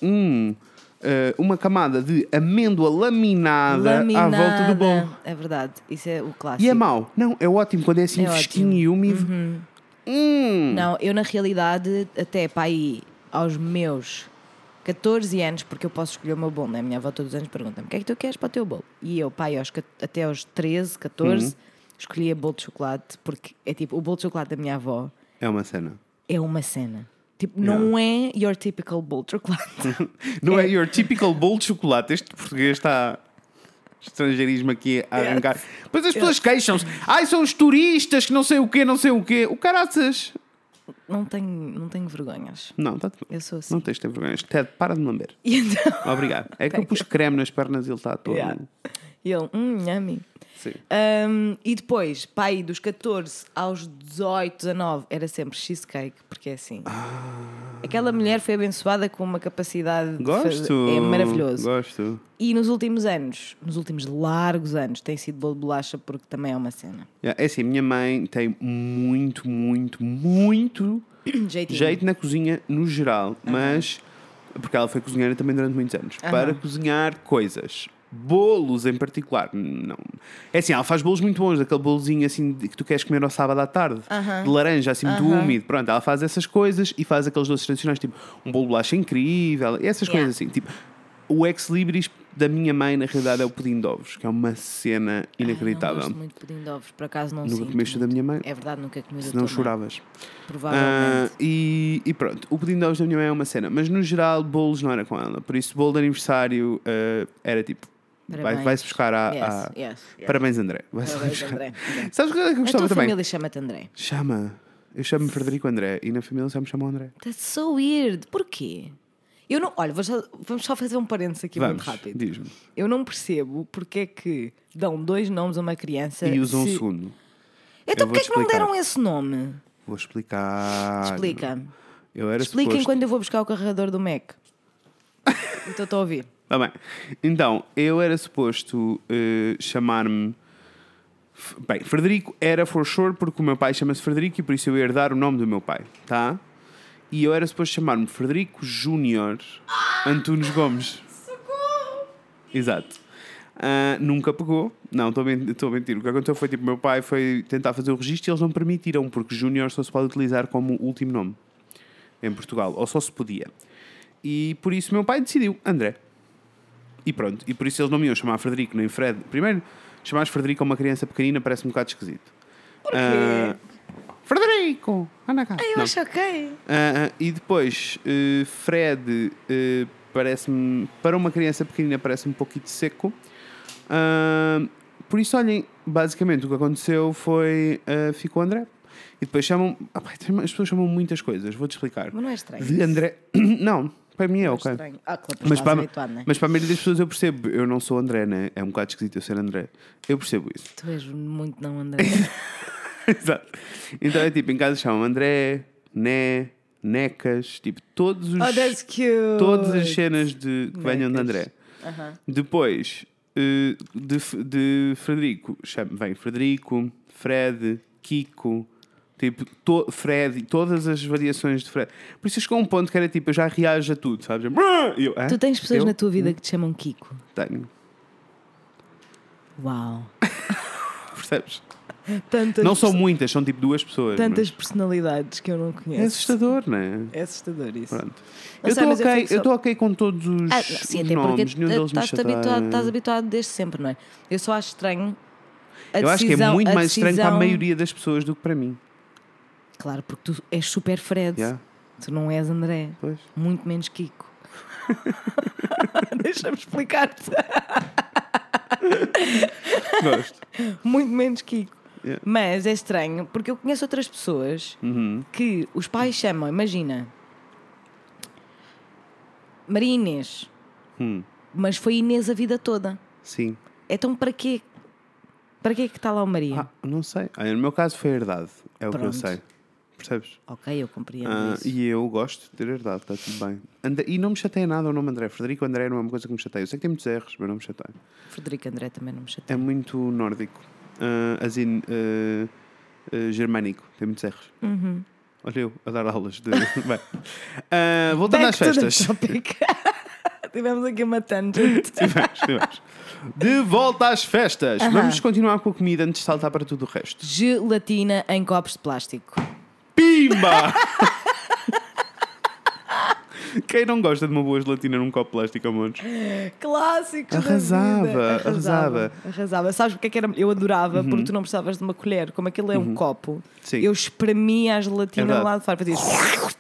uma camada de amêndoa laminada à volta do bolo. É verdade. Isso é o clássico. E é mau? Não, é ótimo quando é assim É fresquinho ótimo. e úmido. Não, eu na realidade, até para aí aos meus 14 anos, porque eu posso escolher o meu bolo, né? A minha avó todos os anos pergunta-me o que é que tu queres para o teu bolo? E eu, pai, até aos 13, 14, escolhia bolo de chocolate, porque é tipo, o bolo de chocolate da minha avó É uma cena. é uma cena. Tipo, não é your typical bolo de chocolate. Não é your typical bowl de chocolate. Este português está estrangeirismo aqui a arrancar. Depois as pessoas queixam-se. Ai, são os turistas que não sei o quê, não sei o quê. O caraças. Não tenho vergonhas. Não, está tudo bem. Eu sou assim. Não tens de ter vergonhas. Ted, para de me lamber. E então, Obrigado. É que eu pus creme nas pernas e ele está todo. Yeah. e ele, yummy. Sim. E depois, pai, dos 14 aos 18, 19, era sempre cheesecake, porque é assim. Aquela mulher foi abençoada com uma capacidade de Gosto. fazer. É maravilhoso. Gosto. E nos últimos anos, nos últimos largos anos, tem sido bolo de bolacha, porque também é uma cena. É assim, minha mãe tem muito Jeitinho. jeito na cozinha no geral, mas porque ela foi cozinheira também durante muitos anos, para cozinhar coisas. Bolos em particular, não. É assim, ela faz bolos muito bons, aquele bolozinho assim que tu queres comer ao sábado à tarde, de laranja, assim muito úmido. Pronto, ela faz essas coisas e faz aqueles doces tradicionais, tipo um bolo de bolacha incrível, e essas coisas assim. Tipo, o ex-libris da minha mãe, na realidade, é o pudim de ovos, que é uma cena Eu inacreditável. gosto muito de pudim de ovos, por acaso não Nunca sinto comeste muito. da minha mãe? É verdade, nunca comi da Se tua não mãe. choravas. Provavelmente. E pronto, o pudim de ovos da minha mãe é uma cena, mas no geral, bolos não era com ela. Por isso, bolo de aniversário era tipo. Parabéns. Vai-se buscar Yes. Parabéns, André. Vai-se Parabéns, buscar. André. Sabes o que é que eu A gostava tua também? família chama-te André. Chama. Eu chamo-me Frederico André e na família só me chamam André. That's so weird. Porquê? Eu não... Olha, vamos só fazer um parênteses aqui muito rápido. Diz-me. Eu não percebo porque é que dão 2 nomes a uma criança E usam o segundo. Então porquê é que não deram esse nome? Vou explicar. Explica. Expliquem suposto... quando eu vou buscar o carregador do Mac. Então estou a ouvir. Tá bem. Então, eu era suposto chamar-me... Bem, Frederico era for sure porque o meu pai chama-se Frederico e por isso eu ia herdar o nome do meu pai, tá? E eu era suposto chamar-me Frederico Júnior Antunes Gomes. Socorro! Exato. Nunca pegou. Não, estou a mentir. O que aconteceu foi tipo, meu pai foi tentar fazer o registro e eles não permitiram, porque Júnior só se pode utilizar como último nome em Portugal, ou só se podia. E por isso meu pai decidiu André. E pronto. E por isso eles não me iam chamar Frederico nem Fred. Primeiro, chamar Frederico a uma criança pequenina parece um bocado esquisito. Porquê? Frederico! Anda cá. Eu acho ok. E depois, Fred parece-me, para uma criança pequenina, parece-me um pouquinho seco. Por isso, olhem, basicamente o que aconteceu foi ficou André. E depois chamam. As pessoas chamam muitas coisas, vou-te explicar. Mas não é estranho. De André. Não, para mim é ok. Estranho. Claro, Mas para a maioria das pessoas eu percebo. Eu não sou André, né? É um bocado esquisito eu ser André. Eu percebo isso. Tu és muito não André. Exato. Então é tipo, em casa chamam André, Né, Necas, tipo, todos os. Oh, that's cute. Todas as cenas que venham de André. Depois, de Frederico, vem Frederico, Fred, Kiko, tipo, Fred, todas as variações de Fred. Por isso chegou a um ponto que era tipo, eu já reajo a tudo, sabes? Eu, Tu tens pessoas na tua vida que te chamam Kiko? Tenho. Uau. Percebes? Tantas não são muitas, são tipo 2 pessoas. Tantas personalidades que eu não conheço. É assustador, não é? É assustador isso. Pronto. Não Eu estou ok com todos os, sim, os até nomes, nenhum deles me estás habituado desde sempre, não é? Eu só acho estranho a Eu decisão, acho que é muito mais estranho para a decisão... maioria das pessoas do que para mim. Claro, porque tu és super Fred. Yeah. Tu não és André. Pois. Muito menos Kiko. Deixa-me explicar-te. Gosto. Muito menos Kiko. Yeah. Mas é estranho, porque eu conheço outras pessoas que os pais chamam, imagina, Maria Inês, mas foi Inês a vida toda. Sim. Então para quê? Para quê que está lá o Maria? Não sei. No meu caso foi herdade. É o que eu Pronto. sei. Percebes? Ok, eu compreendo isso. E eu gosto de ter herdade, está tudo bem. E não me chateia nada o nome André. Frederico André não é uma coisa que me chateia. Eu sei que tem muitos erros, mas não me chateia. Frederico André também não me chateia. É muito nórdico. Germânico. Tem muitos erros. Olha eu a dar aulas de... Bem. Voltando às festas. Tivemos aqui uma tangent. Tivemos. De volta às festas. Vamos continuar com a comida antes de saltar para tudo o resto. Gelatina em copos de plástico. Pimba! Quem não gosta de uma boa gelatina num copo de plástico, amores? Clássicos Arrasava, da vida. arrasava. Arrasava. Sabes porque é que era? Eu adorava, porque tu não precisavas de uma colher. Como aquilo é um copo, Sim. eu espremia a gelatina É lá de fora. Fazia isso.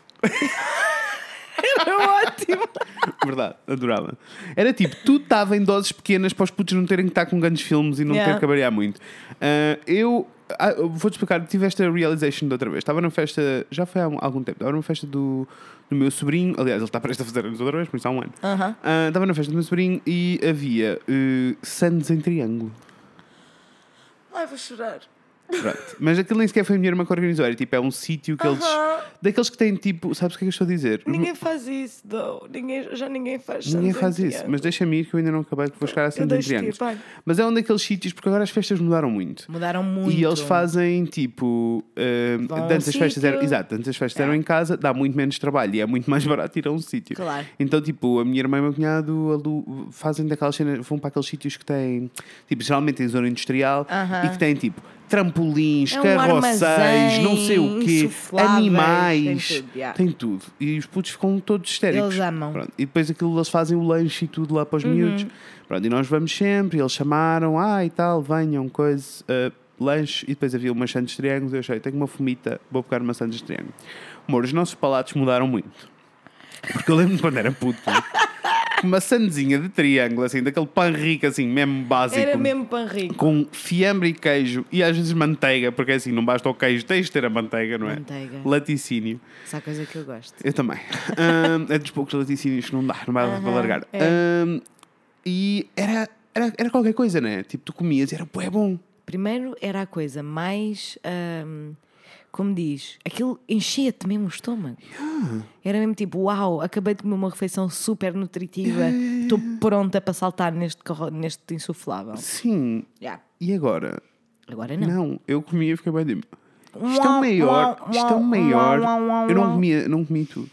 Era ótimo. Verdade, adorava. Era tipo, tudo estava em doses pequenas para os putos não terem que estar com grandes filmes e não ter que avariar muito. Eu vou-te explicar, tive esta realization de outra vez. Estava na festa, já foi há algum tempo, estava numa festa do meu sobrinho. Aliás, ele está prestes a fazer anos outra vez, por isso há um ano. Estava na festa do meu sobrinho e havia sandes em triângulo. Ai, vou chorar. Pronto. Mas aquilo nem sequer foi a minha irmã que organizou. Era tipo, é um sítio que eles. Daqueles que têm tipo. Sabes o que é que eu estou a dizer? Ninguém faz isso, though. Já ninguém faz isso. Ninguém faz isso. Mas deixa-me ir que eu ainda não acabei, que vou chegar a sandes em triângulos. Mas é um daqueles sítios, porque agora as festas mudaram muito. Mudaram muito. E eles fazem tipo. Antes as festas eram. Exato, antes as festas eram em casa, dá muito menos trabalho e é muito mais barato ir a um sítio. Claro. Então, tipo, a minha irmã e o meu cunhado fazem daquelas cenas, vão para aqueles sítios que têm. Tipo, geralmente em zona industrial e que têm tipo. Trampolins, carrosséis, não sei o quê, animais, tem tudo. E os putos ficam todos histéricos. Eles amam. Pronto. E depois aquilo eles fazem o lanche e tudo lá para os miúdos. Pronto. E nós vamos sempre, e eles chamaram, e tal, venham, coisa, lanche. E depois havia umas sandes de triângulos. Eu achei, tenho uma fomita, vou pegar uma sandes de triângulo. Amor, os nossos palatos mudaram muito. Porque eu lembro-me quando era puto. uma sandezinha de triângulo, assim, daquele pão rico, assim, mesmo básico. Era mesmo pão rico. Com fiambre e queijo e às vezes manteiga, porque assim, não basta o queijo, tens de ter a manteiga, não é? Manteiga. Laticínio. Essa é a coisa que eu gosto. Eu também. É dos poucos laticínios que não dá, não vai para largar. E era qualquer coisa, não é? Tipo, tu comias e era bom. Primeiro era a coisa mais. Como diz? Aquilo enchia-te mesmo o estômago. Era mesmo tipo, uau, acabei de comer uma refeição super nutritiva. Estou pronta para saltar neste insuflável. Sim. Yeah. E agora? Agora não. Não, eu comia e fiquei bem tipo. Isto é o maior. Eu não comi tudo.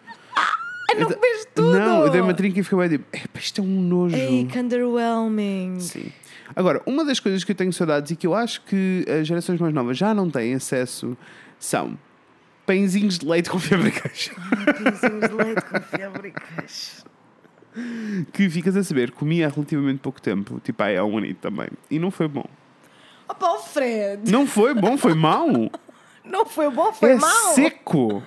Não comeste tudo! Não, eu dei uma trinca e fiquei bem tipo, isto é um nojo. Ei, que underwhelming. Sim. Agora, uma das coisas que eu tenho saudades e que eu acho que as gerações mais novas já não têm acesso são pãezinhos de leite com fiambre e queijo. Pãezinhos de leite com fiambre e queijo. Que ficas a saber, comi há relativamente pouco tempo, tipo há um anito também. E não foi bom. Opa, Alfredo! Não foi bom, foi mau. Não foi bom, foi mau. Seco.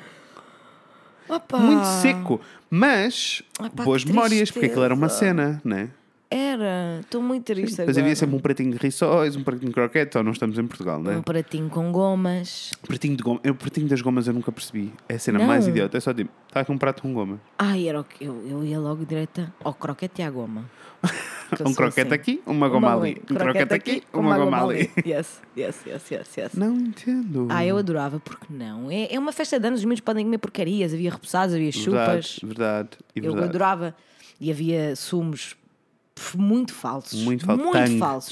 Opa. Muito seco. Mas Opa, boas que memórias, porque aquilo era uma tristeza. cena, não é? Era, estou muito triste Depois agora. havia sempre um pratinho de rissóis, um pratinho de croquete, ou não estamos em Portugal, não é? Um pratinho com gomas. Pratinho de goma. O pratinho das gomas eu nunca percebi. É a cena Não. mais idiota. É só tipo, está aqui um prato com goma. Ai, era o que eu ia logo direita ao croquete e à goma. Que eu Um sou croquete assim. aqui, uma goma ali. Um croquete aqui, uma goma ali. Yes. Não entendo. Eu adorava, porque não? É uma festa de anos, os miúdos podem comer porcarias. Havia repousados, havia chupas. Verdade. Eu adorava. E havia sumos muito falsos. Muito falsos.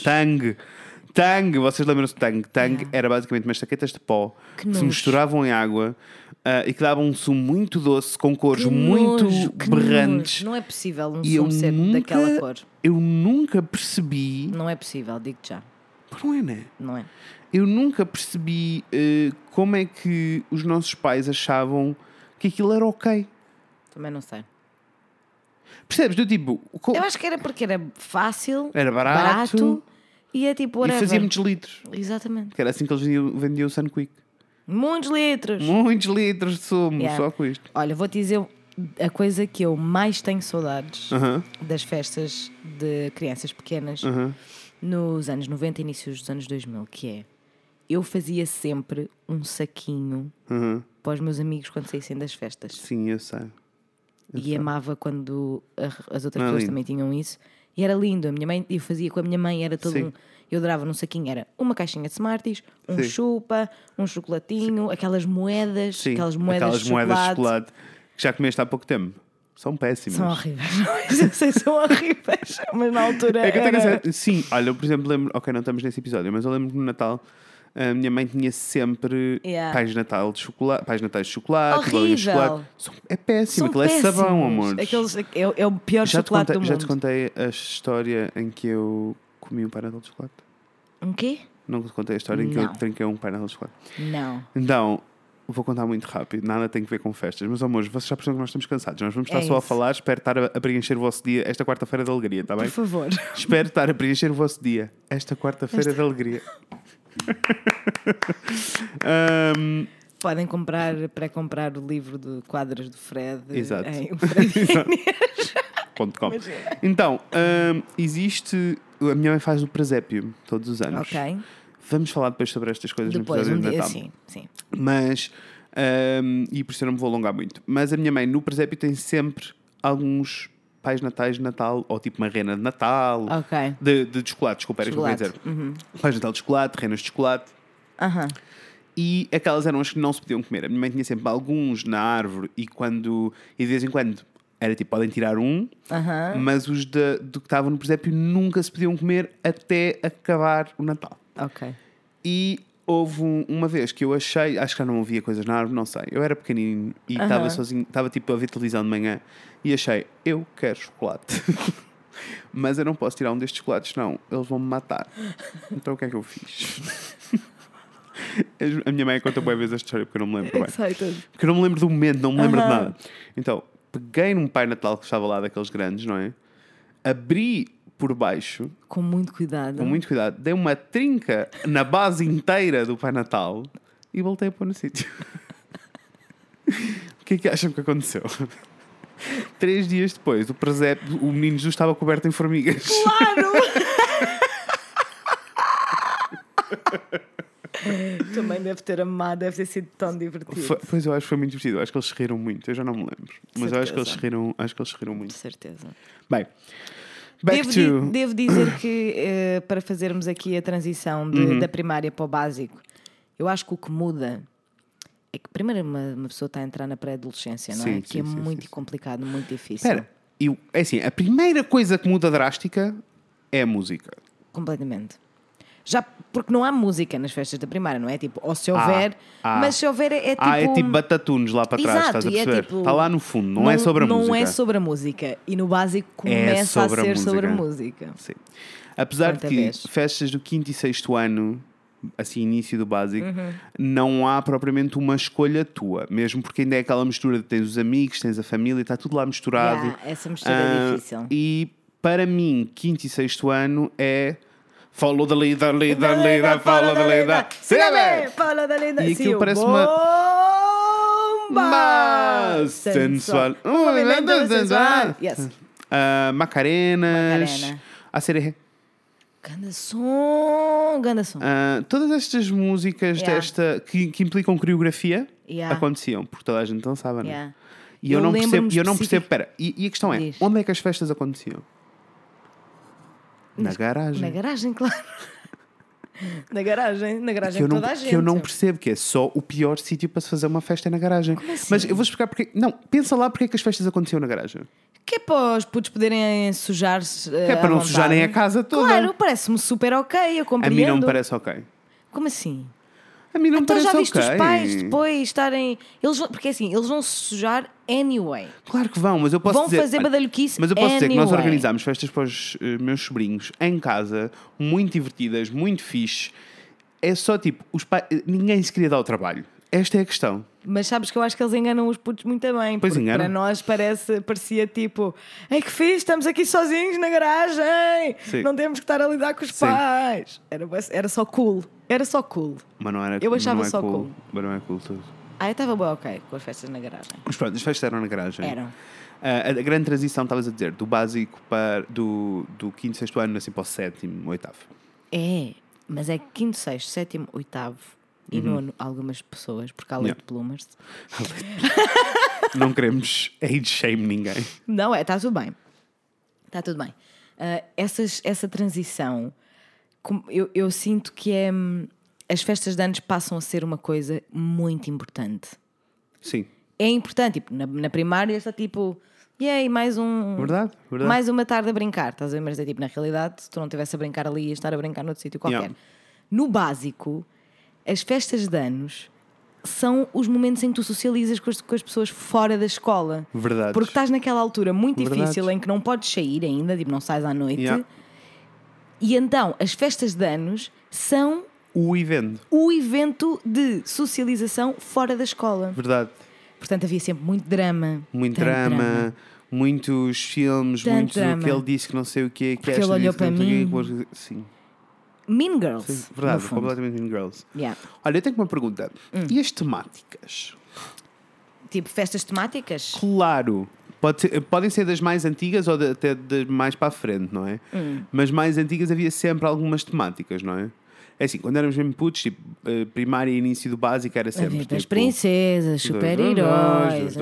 Tang. Vocês lembram-se de Tang? Tang era basicamente umas saquetas de pó que se nojo. misturavam em água e que davam um sumo muito doce, com cores Que muito nojo, que berrantes. nojo. Não é possível um E eu sumo ser daquela cor. Eu nunca percebi. Não é possível, digo-te já. Não é, né? Não é? Eu nunca percebi como é que os nossos pais achavam que aquilo era ok. Também não sei. Percebes? Do tipo. Eu acho que era porque era fácil, Era barato e é tipo e whatever. fazia muitos litros. Exatamente. Que era assim que eles vendiam o Sunquick. Muitos litros. Muitos litros de sumo, Yeah. só com isto. Olha, vou-te dizer a coisa que eu mais tenho saudades Aham. das festas de crianças pequenas nos anos 90 e inícios dos anos 2000, que é, eu fazia sempre um saquinho para os meus amigos quando saíssem das festas. Sim, eu sei. E amava quando as outras Não é pessoas lindo? também tinham isso. E era lindo. A minha mãe, eu fazia com a minha mãe, era todo Sim. eu adorava num saquinho, era uma caixinha de Smarties, um Sim. chupa, um chocolatinho, aquelas moedas, Sim, aquelas moedas de chocolate. que já comeste há pouco tempo. São péssimas. São horríveis. Eu sei, são horríveis. Mas na altura É que eu tenho era... a dizer, sim, olha, eu por exemplo lembro, ok, não estamos nesse episódio, mas eu lembro que no Natal a minha mãe tinha sempre Yeah. pais de Natal de chocolate, pais de Natal de chocolate, Horrível. bolinhas de chocolate. É péssimo, São aquilo é sabão, péssimos. amor. Aqueles, é o pior chocolate do mundo. Já te contei a história em que eu comi um Pai Natal de chocolate? Um quê? Não te contei a história em que eu Não. trinquei um Pai Natal de chocolate. Não. Então, vou contar muito rápido, nada tem que ver com festas. Mas, amores, vocês já percebem que nós estamos cansados. Nós vamos estar só a isso. falar. Espero estar a preencher o vosso dia esta quarta-feira de alegria, está bem? Por favor. Espero estar a preencher o vosso dia esta quarta-feira de alegria. Podem pré-comprar o livro de quadros do Fred. Exato. O Fred .com. Então, existe. A minha mãe faz o presépio todos os anos. Ok. Vamos falar depois sobre estas coisas Depois, no um episódio de dia, Natal. sim. Mas, e por isso eu não me vou alongar muito, mas a minha mãe no presépio tem sempre alguns pais natais de Natal, ou tipo uma rena de Natal, Ok. de chocolate, desculpa, era isso que eu queria Chocolate. dizer. Pais de Natal de chocolate, renas de chocolate, Aham. e aquelas eram as que não se podiam comer. A minha mãe tinha sempre alguns na árvore, e de vez em quando era tipo, podem tirar um, mas os do que estavam no presépio nunca se podiam comer até acabar o Natal. Ok. E houve uma vez que eu achei, acho que já não havia coisas na árvore, não sei. Eu era pequenino e estava sozinho, estava tipo a ver televisão de manhã e achei, eu quero chocolate. Mas eu não posso tirar um destes chocolates, não, eles vão me matar. Então o que é que eu fiz? A minha mãe conta boas vezes esta história porque eu não me lembro bem. Excited. Porque eu não me lembro do momento, não me lembro de nada. Então, peguei num Pai Natal que estava lá daqueles grandes, não é? Abri por baixo, Com muito cuidado. com muito cuidado, dei uma trinca na base inteira do Pai Natal e voltei a pôr no sítio. O que é que acham que aconteceu? 3 dias depois, o presépio, o menino Jesus estava coberto em formigas. Claro! Também deve ter amado, deve ter sido tão divertido. Pois eu acho que foi muito divertido. Eu acho que eles se riram muito. Eu já não me lembro. Mas eu acho que eles se riram muito. De certeza. Bem, devo dizer que para fazermos aqui a transição da primária para o básico, eu acho que o que muda é que primeiro uma pessoa está a entrar na pré-adolescência, não é? Que é muito complicado, muito difícil. Espera, é assim, a primeira coisa que muda drástica é a música. Completamente. Já porque não há música nas festas da primária, não é? Tipo, ou se houver, mas se houver é tipo... é tipo batatunes lá para trás, estás a perceber? Tipo, está lá no fundo, não é sobre a música. Não é sobre a música. E no básico começa a ser sobre a música. Sim. Apesar de que festas do 5º e 6º ano, assim, início do básico, não há propriamente uma escolha tua. Mesmo porque ainda é aquela mistura de tens os amigos, tens a família, está tudo lá misturado. Essa mistura é difícil. E para mim, 5º e 6º ano é... Follow the leader, follow the leader. Sígame! Follow the leader. E aquilo parece uma... Bomba! Sensual. Movimento sensual. Yes. Macarenas. A sererê. Ganda som. Todas estas músicas que implicam coreografia aconteciam, porque toda a gente dançava, não é? E eu não percebo. Espera, e a questão é, onde é que as festas aconteciam? Na garagem. Na garagem, claro. Na garagem toda a gente. Que eu não percebo, que é só o pior sítio para se fazer uma festa na garagem. Como assim? Mas eu vou explicar porque... Não, pensa lá porque é que as festas aconteciam na garagem. Que é para os putos poderem sujar-se que é para não sujarem a casa toda. Claro, parece-me super ok, eu compreendo. A mim não me parece ok. Como assim? A mim não me parece ok. Então já viste os pais depois estarem... Porque assim, eles vão se sujar anyway. Claro que vão, mas eu posso dizer... Vão fazer badalhoquice Mas eu posso dizer que nós anyway. organizámos festas para os meus sobrinhos em casa, muito divertidas, muito fixe. É só tipo, os pais... ninguém se queria dar o trabalho. Esta é a questão. Mas sabes que eu acho que eles enganam os putos muito bem. Pois enganam. Para nós parecia tipo... Ei, que fixe, estamos aqui sozinhos na garagem. Sim. Não temos que estar a lidar com os pais. Era só cool. Era só cool. Mas não era Eu achava não é só cool. Mas não é cool tudo. Eu estava bem ok com as festas na garagem. Mas pronto, as festas eram na garagem. Eram. A grande transição, estavas a dizer, do básico para do 5º, 6º ano, assim para o 7º, 8º. É, mas é 5º, 6º, 7º, 8º e 9º, algumas pessoas, porque há late bloomers. Não queremos age shame ninguém. Não, está tudo bem. Está tudo bem. Essa transição, eu sinto que as festas de anos passam a ser uma coisa muito importante. Sim. É importante, tipo, na primária está tipo... E aí, mais Verdade. Mais uma tarde a brincar, estás a ver? Mas é tipo, na realidade, se tu não estivesse a brincar ali, ias estar a brincar noutro sítio qualquer. No básico, as festas de anos são os momentos em que tu socializas com as pessoas fora da escola. Verdade. Porque estás naquela altura muito difícil em que não podes sair ainda, tipo, não sais à noite. E então, as festas de anos são... O evento de socialização fora da escola. Verdade. Portanto, havia sempre muito drama. Muito drama. Muitos filmes, muitos drama. O que ele disse que não sei o quê. Que ele olhou para mim. Sim. Mean Girls. Sim, verdade, completamente Mean Girls. Yeah. Olha, eu tenho uma pergunta. E as temáticas? Tipo festas temáticas? Claro. Podem ser das mais antigas ou até das mais para a frente, não é? Mas mais antigas havia sempre algumas temáticas, não é? É assim, quando éramos mesmo putos, tipo, primária e início do básico era sempre tipo, as princesas, super-heróis,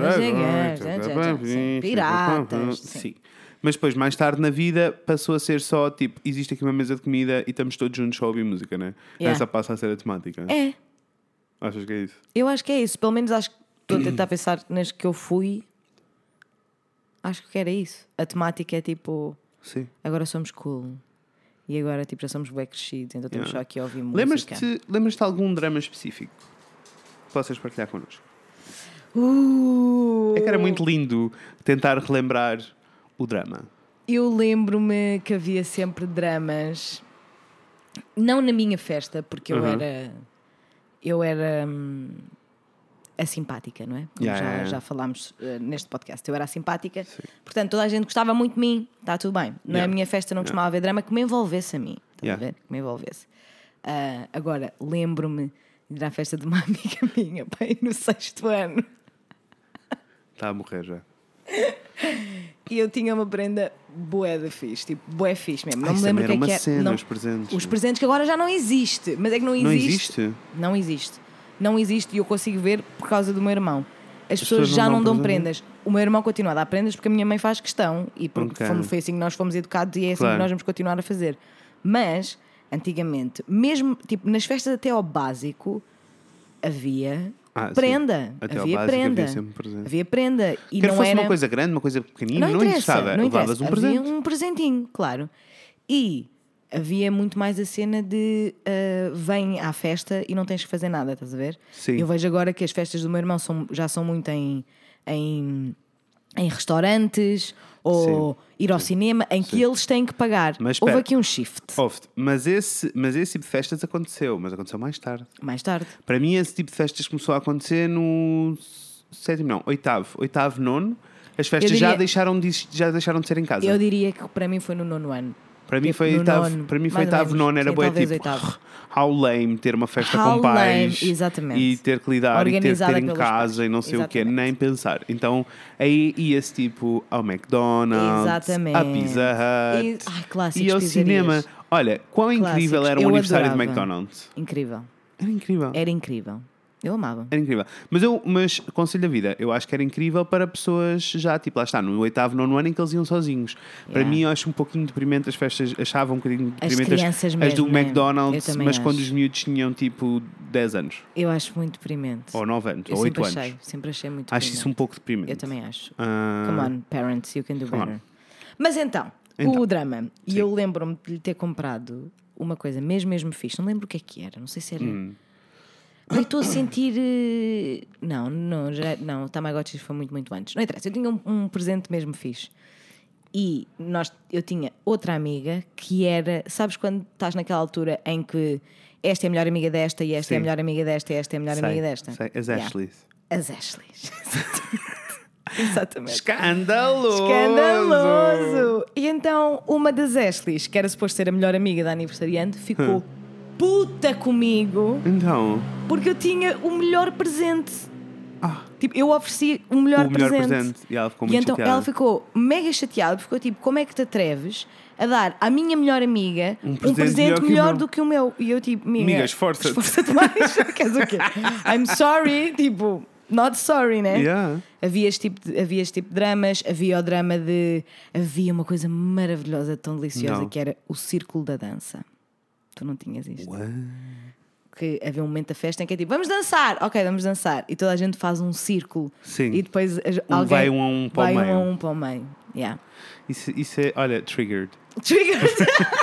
piratas. Sim. Mas depois, mais tarde na vida, passou a ser só, tipo, existe aqui uma mesa de comida e estamos todos juntos a ouvir música, não é? Essa passa a ser a temática. É. Achas que é isso? Eu acho que é isso. Pelo menos acho que estou a tentar pensar nas que eu fui. Acho que era isso. A temática é tipo... Sim. Agora somos cool. E agora tipo, já somos bem crescidos, então estamos só aqui a ouvir música. Lembras-te de algum drama específico que possas partilhar connosco? É que era muito lindo tentar relembrar o drama. Eu lembro-me que havia sempre dramas, não na minha festa, porque eu era a simpática, não é? Como já falámos neste podcast. Eu era a simpática. Sim. Portanto, toda a gente gostava muito de mim. Está tudo bem. Na minha festa não costumava haver drama que me envolvesse a mim. Estão a ver? Que me envolvesse. Agora, lembro-me de ir à festa de uma amiga minha, bem, no 6º ano. Está a morrer já. E eu tinha uma prenda bué de fixe, tipo, bué fixe mesmo. Não me Isso lembro o que também é era que uma é. cena, Não, os presentes. os presentes que agora já não existe. Mas é que não existe. Não existe? Não existe. Não existe e eu consigo ver por causa do meu irmão. As pessoas pessoas já não não dão dão prendas. O meu irmão continua a dar prendas porque a minha mãe faz questão e porque Ok. foi assim que nós fomos educados e é assim Claro. que nós vamos continuar a fazer. Mas, antigamente, mesmo tipo, nas festas até ao básico, havia Sim. prenda. Até ao Havia básico prenda. havia sempre presente. Havia prenda. E Quer não fosse era... uma coisa grande, uma coisa pequenina, não interessa, interessava. não Levavas interessa. um presente. Havia um presentinho, claro. E havia muito mais a cena de vem à festa e não tens que fazer nada, estás a ver? Sim. Eu vejo agora que as festas do meu irmão já são muito em restaurantes ou ir ao cinema em que eles têm que pagar. Mas Houve espera. aqui um shift. Mas esse tipo de festas aconteceu, mas aconteceu mais tarde. Mais tarde. Para mim, esse tipo de festas começou a acontecer no oitavo, nono. As festas Eu diria- já deixaram de ser em casa. Eu diria que para mim foi no nono ano. Para mim Tipo, foi no oitavo, nono, para mim foi mais ou oitavo, menos. nono, era Sim, bué talvez tipo, oitavo. how lame ter uma festa How com pais lame, exatamente. e ter que lidar e ter que Organizada ter em pelos casa pais. e não sei o quê, Exatamente. nem pensar. Então aí ia-se tipo ao McDonald's, Exatamente. à Pizza Hut Ai, clássicos e ao pizzarias. cinema. Olha, quão incrível Clássicos. era um Eu aniversário de adorava. McDonald's. Incrível. Era incrível. Era incrível. Eu amava. Era incrível. Mas conselho da vida, eu acho que era incrível para pessoas já, tipo, lá está, no oitavo, nono ano em que eles iam sozinhos. Para Yeah. mim, eu acho um pouquinho deprimente as festas, achava um bocadinho As deprimente crianças as do mesmo, né? McDonald's, Eu também mas quando acho. os miúdos tinham tipo 10 anos, Eu acho muito deprimente. ou 9 anos, Eu ou 8 sempre anos. Sempre achei muito Acho deprimente. isso um pouco deprimente. Eu também acho. Ah, Come on, parents, you can do Come on. better. Mas então, Então, o drama. E sim. eu lembro-me de lhe ter comprado uma coisa mesmo fixe. Não lembro o que era. Não sei se era... Eu estou a sentir... Não, o Tamagotchi foi muito antes. Não interessa, eu tinha um presente mesmo fixe. E eu tinha outra amiga que era... Sabes quando estás naquela altura em que esta é a melhor amiga desta e esta é a Sim. melhor amiga desta e esta é a melhor sei, amiga desta? sei, as Yeah. Ashleys. As Ashleys. Exatamente. Escandaloso! Escandaloso! E então, uma das Ashleys, que era suposto ser a melhor amiga da aniversariante, ficou puta comigo Então, porque eu tinha o melhor presente. Ah. Tipo, eu ofereci o melhor presente. E ela ficou E muito então chateada. ela ficou mega chateada, ficou tipo, como é que te atreves a dar à minha melhor amiga um presente melhor do que o meu? E eu tipo, Amiga, esforça-te. Esforça-te mais. Queres o quê? I'm sorry, tipo, not sorry, né? Yeah. Havia este tipo de dramas, havia o drama de... Havia uma coisa maravilhosa, tão deliciosa, Não. que era o círculo da dança. Tu não tinhas isto? Que havia um momento da festa em que é tipo, vamos dançar, ok, vamos dançar. E toda a gente faz um círculo. Sim. E depois alguém vai um a um para o vai meio. um a um para o meio. Yeah. Isso é, olha, triggered. Triggers.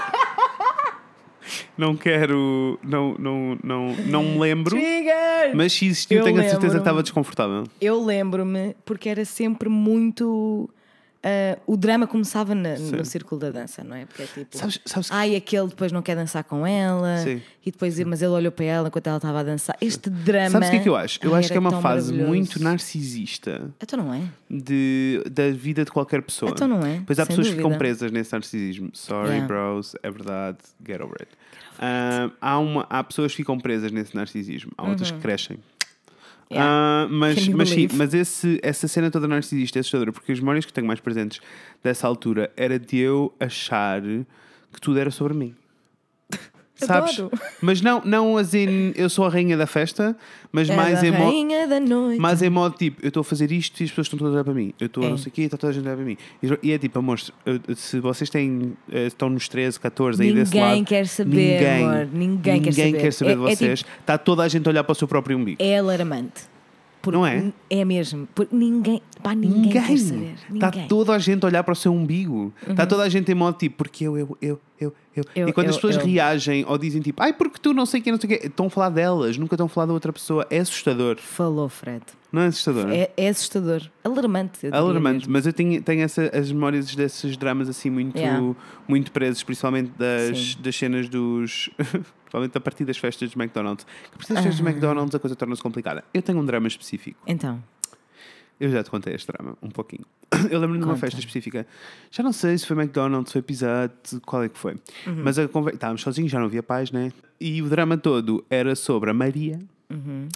Não quero, não me lembro. Trigger. Mas se existiu, Eu tenho a certeza que lembro-me. estava desconfortável. Eu lembro-me porque era sempre muito... o drama começava no círculo da dança, não é? Porque é tipo, Sabes que- ai, aquele depois não quer dançar com ela, Sim. e depois, mas ele olhou para ela enquanto ela estava a dançar. Este drama. Sabes o que é que eu acho? Eu ai, acho que é era uma tão fase maravilhoso. muito narcisista Então não é? da vida de qualquer pessoa. Então não é? Pois há Sem pessoas que ficam dúvida. presas nesse narcisismo. Sorry, Yeah. bros, é verdade, get over it. Há pessoas que ficam presas nesse narcisismo, há outras que crescem. Yeah. Mas Can you sim, believe? mas essa cena toda narcisista é assustadora, porque as memórias que tenho mais presentes dessa altura era de eu achar que tudo era sobre mim. Sabes? Adoro. Mas não assim, eu sou a rainha da festa, mas mais a em modo. rainha da noite. Mas em modo tipo, eu estou a fazer isto e as pessoas estão todas a olhar para mim. Eu estou a É. não sei o quê e está toda a gente a olhar para mim. E é tipo, amor, se vocês estão nos 13, 14 aí desse lado. Ninguém quer saber, amor. Ninguém quer saber. quer saber de É vocês. tipo- Está toda a gente a olhar para o seu próprio umbigo. É alarmante. Porque Não é? É mesmo. Porque ninguém quer saber. Está Ninguém. toda a gente a olhar para o seu umbigo. Está toda a gente em modo tipo, porque eu. E quando as pessoas reagem ou dizem tipo, ai, porque tu não sei o que, estão a falar delas, nunca estão a falar da outra pessoa. É assustador. Falou, Fred. Não é assustador? É assustador. Alarmante. eu diria Alarmante, mesmo. mas eu tenho as memórias desses dramas assim Yeah. muito presos, principalmente Sim. das cenas dos. Provavelmente a partir das festas de McDonald's. A partir das festas de McDonald's a coisa torna-se complicada. Eu tenho um drama específico. Então, Eu já te contei este drama, um pouquinho. Eu lembro-me de uma Conta. festa específica. Já não sei se foi McDonald's, foi Pizza Hut, qual é que foi. Mas estávamos sozinhos, já não havia pais, né? E o drama todo era sobre a Maria,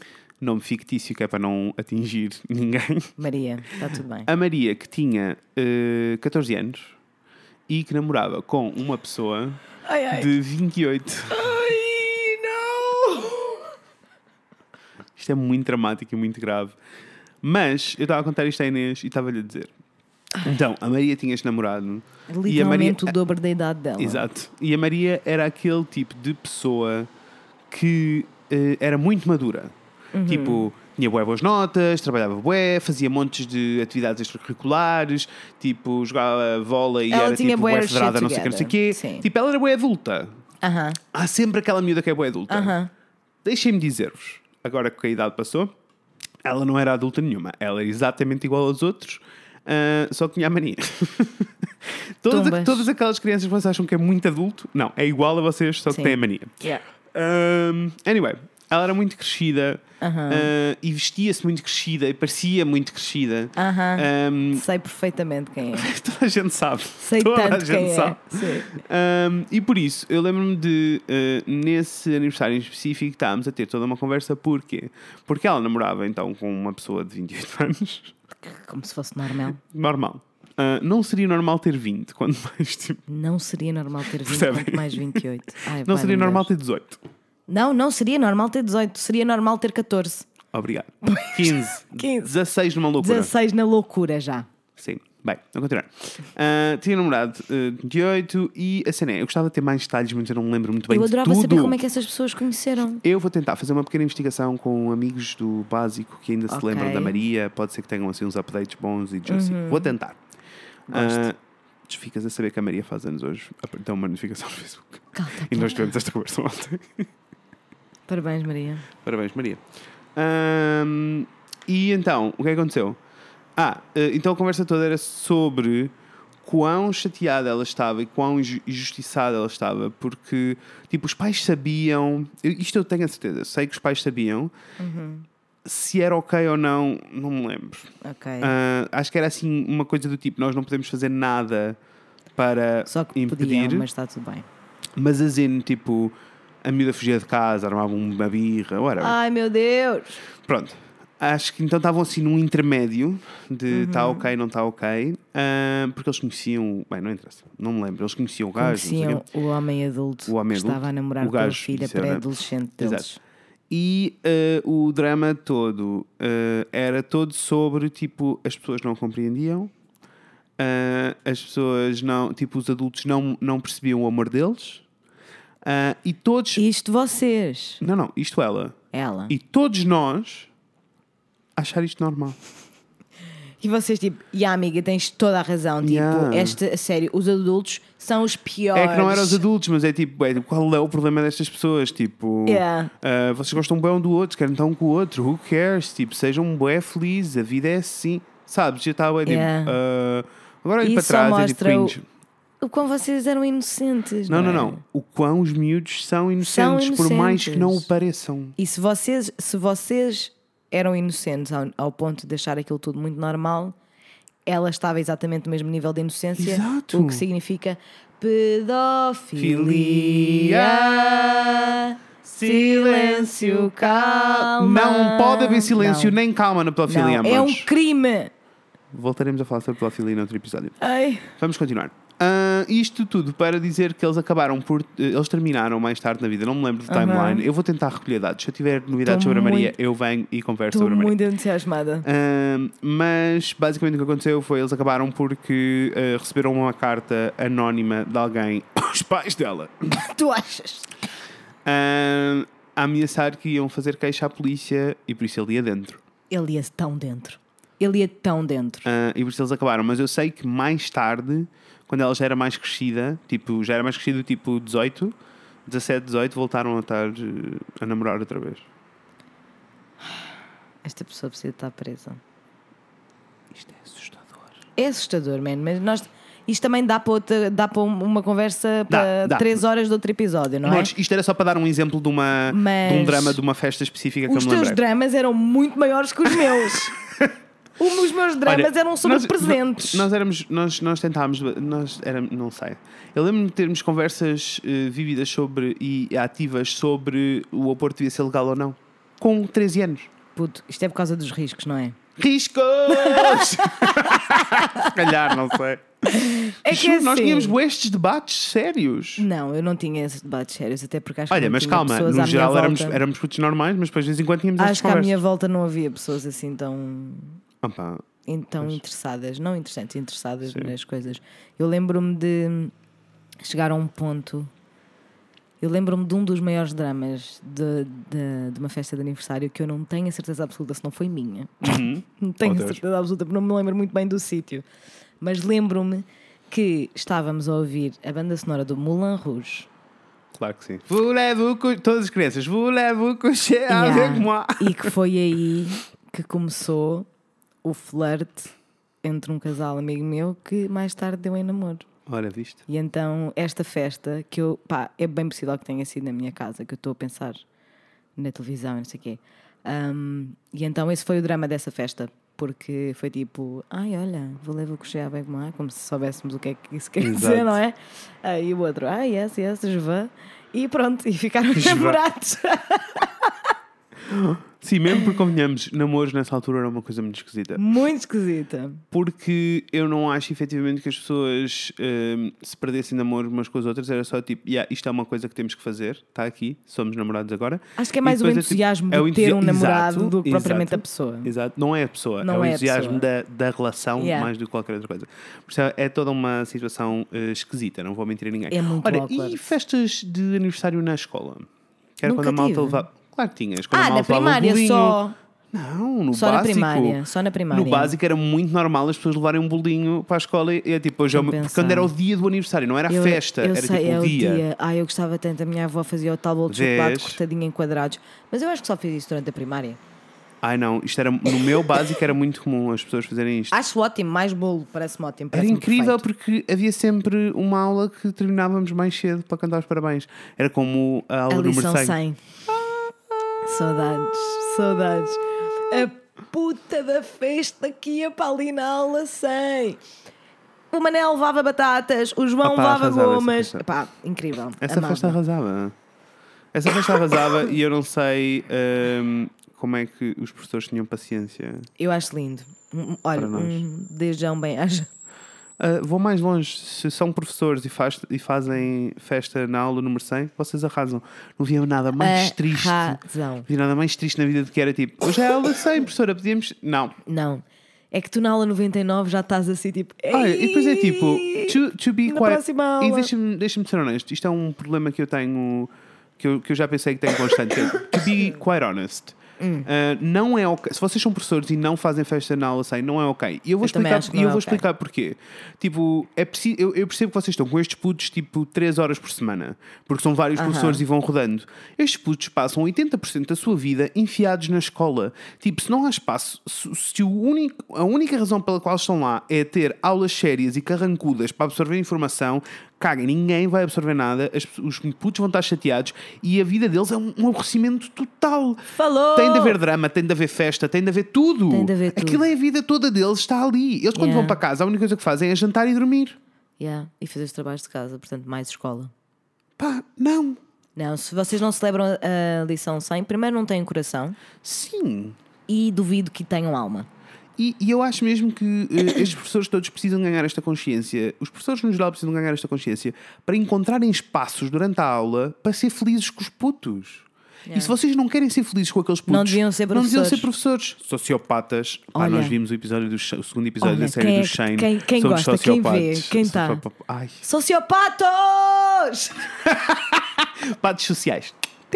nome fictício que é para não atingir ninguém. Maria, está tudo bem. A Maria, que tinha 14 anos e que namorava com uma pessoa de 28. Ai, não! Isto é muito dramático e muito grave. Mas eu estava a contar isto à Inês e estava-lhe a dizer. Então, a Maria tinha este namorado. Literalmente e a Maria, o dobro da idade dela. Exato. E a Maria era aquele tipo de pessoa que era muito madura. Tipo, tinha bué boas notas, trabalhava bué, fazia montes de atividades extracurriculares, tipo, jogava vôlei e Ela era tinha tipo bué bué shit federada, não sei o que, não sei o quê. Sim. Tipo, ela era bué adulta. Aham. Há sempre aquela miúda que é bué adulta. Aham. Deixem-me dizer-vos, agora que a idade passou, ela não era adulta nenhuma. Ela era exatamente igual aos outros, só que tinha a mania. Todas aquelas crianças que vocês acham que é muito adulto, não, é igual a vocês, só que Sim. tem a mania. Yeah. Anyway, ela era muito crescida e vestia-se muito crescida e parecia muito crescida. Sei perfeitamente quem é. Toda a gente sabe. Sei Toda tanto a gente quem sabe. é. Sim. E por isso, eu lembro-me de, nesse aniversário em específico, estávamos a ter toda uma conversa. Porquê? Porque ela namorava então com uma pessoa de 28 anos. Como se fosse normal. Normal. Não seria normal ter 20, quanto mais tipo. Não seria normal ter 20, Percebem? quanto mais 28. Ai, Não seria valha-me normal Deus. ter 18. Não seria normal ter 18. Seria normal ter 14. Obrigado. 15. 15. 16 numa loucura. 16 na loucura já. Sim. Bem, vamos continuar. Tinha namorado de 28 e a cena é, eu gostava de ter mais detalhes, mas eu não me lembro muito bem Eu de adorava tudo. saber como é que essas pessoas conheceram. Eu vou tentar fazer uma pequena investigação com amigos do básico que ainda se Ok. lembram da Maria. Pode ser que tenham assim uns updates bons e juicy. Vou tentar. Tu ficas a saber que a Maria faz anos hoje. Então uma notificação no Facebook. Calta, E nós tivemos esta conversa ontem. Parabéns, Maria. Parabéns, Maria. E então, o que é que aconteceu? Então a conversa toda era sobre quão chateada ela estava e quão injustiçada ela estava, porque, tipo, os pais sabiam, isto eu tenho a certeza, sei que os pais sabiam, se era ok ou não, não me lembro. Ok. Acho que era assim uma coisa do tipo, nós não podemos fazer nada para Só que impedir, podiam, mas está tudo bem. mas a Zen, tipo, a miúda fugia de casa, armava uma birra, whatever. Ai, meu Deus! Pronto. Acho que então estavam assim num intermédio de está ok, não está ok, porque eles conheciam, bem, não interessa, não me lembro, eles conheciam o gajo. não sei Conheciam o quê. o homem adulto O homem que adulto, estava a namorar o com a gajo, filha isso era- pré-adolescente deles. Exato. E o drama todo era todo sobre, tipo, as pessoas não compreendiam, as pessoas não, tipo, os adultos não percebiam o amor deles, e todos... Isto vocês. Não, isto ela. Ela. E todos nós achar isto normal. E vocês, tipo, amiga, tens toda a razão. Tipo, Yeah. a sério, os adultos são os piores. É que não eram os adultos, mas é tipo, qual é o problema destas pessoas? Tipo, Yeah. vocês gostam bem um do outro, querem estar um com o outro, who cares? Tipo, sejam bué felizes, a vida é assim. Sabes? Já estava tipo, Yeah. agora olho para Isso só trás e tipo, mostra cringe. o quão vocês eram inocentes. Não, é? não. O quão os miúdos são inocentes, por mais que inocentes. não o pareçam. E se vocês eram inocentes ao ponto de achar aquilo tudo muito normal, ela estava exatamente no mesmo nível de inocência. Exato. O que significa pedofilia. Silêncio, calma. Não pode haver silêncio Não. nem calma na pedofilia, Não, é um amores. crime. Voltaremos a falar sobre pedofilia noutro episódio. Ai. Vamos continuar. Isto tudo para dizer que eles acabaram por... Eles terminaram mais tarde na vida. Não me lembro do timeline. Eu vou tentar recolher dados. Se eu tiver novidades Tô sobre a Maria, muito- eu venho e converso Estou sobre a Maria. muito entusiasmada. Mas basicamente o que aconteceu foi eles acabaram porque receberam uma carta anónima de alguém, os pais dela, Tu achas? a ameaçar que iam fazer queixa à polícia e por isso ele ia dentro. Ele ia tão dentro. Ele ia tão dentro. E por isso eles acabaram. Mas eu sei que mais tarde, quando ela já era mais crescida, tipo 18, 17, 18, voltaram a estar a namorar outra vez. Esta pessoa precisa estar presa. Isto é assustador. É assustador, man, mas isto também dá para uma conversa para Dá. 3 horas de outro episódio, não é? Mas isto era só para dar um exemplo de um Mas drama de uma festa específica que Os eu me teus lembrei. dramas eram muito maiores que os meus. Os meus dramas Olha, eram sobre nós- presentes. Nós tentámos, não sei. Eu lembro-me de termos conversas vívidas sobre e ativas sobre o aborto devia ser legal ou não. Com 13 anos. Puto, isto é por causa dos riscos, não é? Riscos! Se calhar, não sei. É que é Nós assim. tínhamos estes debates sérios. Não, eu não tinha esses debates sérios, até porque acho que Olha, não mas tinha calma, pessoas no à geral minha volta. éramos putos normais, mas depois de vez em quando tínhamos estas Acho que à conversas. minha volta não havia pessoas assim tão Opa, interessadas, não interessantes, interessadas nas coisas. Eu lembro-me de chegar a um ponto. Eu lembro-me de um dos maiores dramas de uma festa de aniversário que eu não tenho a certeza absoluta se não foi minha. Não tenho a certeza absoluta porque não me lembro muito bem do sítio. Mas lembro-me que estávamos a ouvir a banda sonora do Moulin Rouge. claro que sim. Todas as crianças, voulez-vous coucher avec moi? E que foi aí que começou o flerte entre um casal amigo meu que mais tarde deu em namoro. Ora, viste? E então esta festa que eu, é bem possível que tenha sido na minha casa, que eu estou a pensar na televisão e não sei o quê. E então esse foi o drama dessa festa, porque foi tipo, ai olha, vou levar o cocher à Begmar, como se soubéssemos o que é que isso quer dizer, não é? E o outro, yes, je vais. E pronto, e ficaram namorados. Sim, mesmo porque convenhamos, namoros nessa altura era uma coisa muito esquisita. Muito esquisita. Porque eu não acho efetivamente que as pessoas se perdessem namoro umas com as outras. Era só tipo, isto é uma coisa que temos que fazer, está aqui, somos namorados agora. Acho que é mais o entusiasmo de ter um namorado do que propriamente a pessoa. Exato, não é a pessoa, Não é o é a entusiasmo da relação mais do que qualquer outra coisa. Por isso é toda uma situação esquisita, não vou mentir a ninguém. É muito Olha, awkward. e festas de aniversário na escola? Que era Nunca quando a malta tive. levava. Claro que tinhas. Quando a Na malta levava o primária bolinho. só. Não, no Só básico. Só na primária. No básico era muito normal as pessoas levarem um bolinho para a escola e é tipo, hoje porque quando era o dia do aniversário, não era a festa, era sei, tipo é o dia. Eu gostava tanto, a minha avó fazia o tal bolo de chocolate cortadinho em quadrados, mas eu acho que só fiz isso durante a primária. Ai não, isto era no meu básico era muito comum as pessoas fazerem isto. Acho ótimo, mais bolo, parece-me ótimo. Era Parece-me incrível perfeito. porque havia sempre uma aula que terminávamos mais cedo para cantar os parabéns. Era como a aula A número lição 100. 100. Saudades. A puta da festa que ia para ali na aula 100. O Manel levava batatas, o João levava gomas. Epá, incrível. Essa Amava. festa arrasava. Essa festa arrasava e eu não sei como é que os professores tinham paciência. Eu acho lindo. Olha, desde já bem-aja. Vou mais longe. Se são professores e fazem festa na aula número 100, vocês arrasam. Não havia nada mais triste. Razão. Não havia nada mais triste na vida do que era tipo, hoje é a aula 100, professora, podíamos. Não. É que tu na aula 99 já estás assim tipo. E depois é tipo, to be na quiet. próxima aula. E deixa-me ser honesto. Isto é um problema que eu tenho, que eu já pensei que tenho constante. To be quite honest. Não é ok. Se vocês são professores e não fazem festa na aula 100, não é ok. E eu vou explicar porquê. Tipo, é preciso, eu percebo que vocês estão com estes putos tipo 3 horas por semana, porque são vários professores e vão rodando. Estes putos passam 80% da sua vida enfiados na escola. Tipo, se não há espaço, se a única razão pela qual estão lá é ter aulas sérias e carrancudas para absorver informação, caguem, ninguém vai absorver nada, os putos vão estar chateados e a vida deles é um aborrecimento total. Falou! Tem de haver drama, tem de haver festa, tem de haver tudo. Tem de haver tudo. Aquilo é a vida toda deles, está ali. Eles quando vão para casa, a única coisa que fazem é jantar e dormir. E fazer os trabalhos de casa, portanto, mais escola. Pá, não. Não, se vocês não celebram a lição 100, primeiro não têm coração. Sim. E duvido que tenham alma. E eu acho mesmo que estes professores todos precisam ganhar esta consciência. Os professores no geral precisam ganhar esta consciência para encontrarem espaços durante a aula para ser felizes com os putos. E se vocês não querem ser felizes com aqueles putos, não deviam ser professores. Sociopatas. Olha, nós vimos o segundo episódio da série do Shane. Quem sobre gosta, sociopatas. quem vê, quem está. Sociopatos! Patos sociais.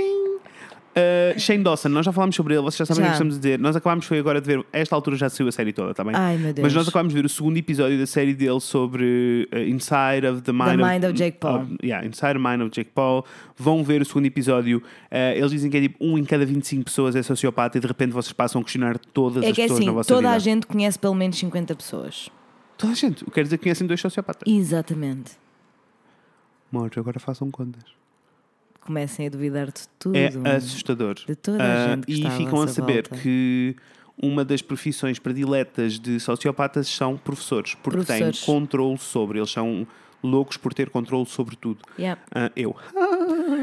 Shane Dawson, nós já falámos sobre ele, vocês já sabem o que estamos a dizer. Nós acabámos foi agora de ver, a esta altura já saiu a série toda, está bem? Ai, meu Deus. Mas nós acabámos de ver o segundo episódio da série dele sobre Inside of the Mind of Jake Paul. Inside the Mind of Jake Paul. Vão ver o segundo episódio. Eles dizem que é tipo 1 em cada 25 pessoas é sociopata e de repente vocês passam a questionar todas as pessoas na vossa vida. Toda a gente conhece pelo menos 50 pessoas. Toda a gente. Quer dizer que conhecem 2 sociopatas. Exatamente. Mortos, agora façam contas. Comecem a duvidar de tudo. É assustador. De toda a gente que e está ficam a saber volta. que uma das profissões prediletas de sociopatas são professores, porque têm controle sobre, eles são loucos por ter controle sobre tudo. Yeah. Eu.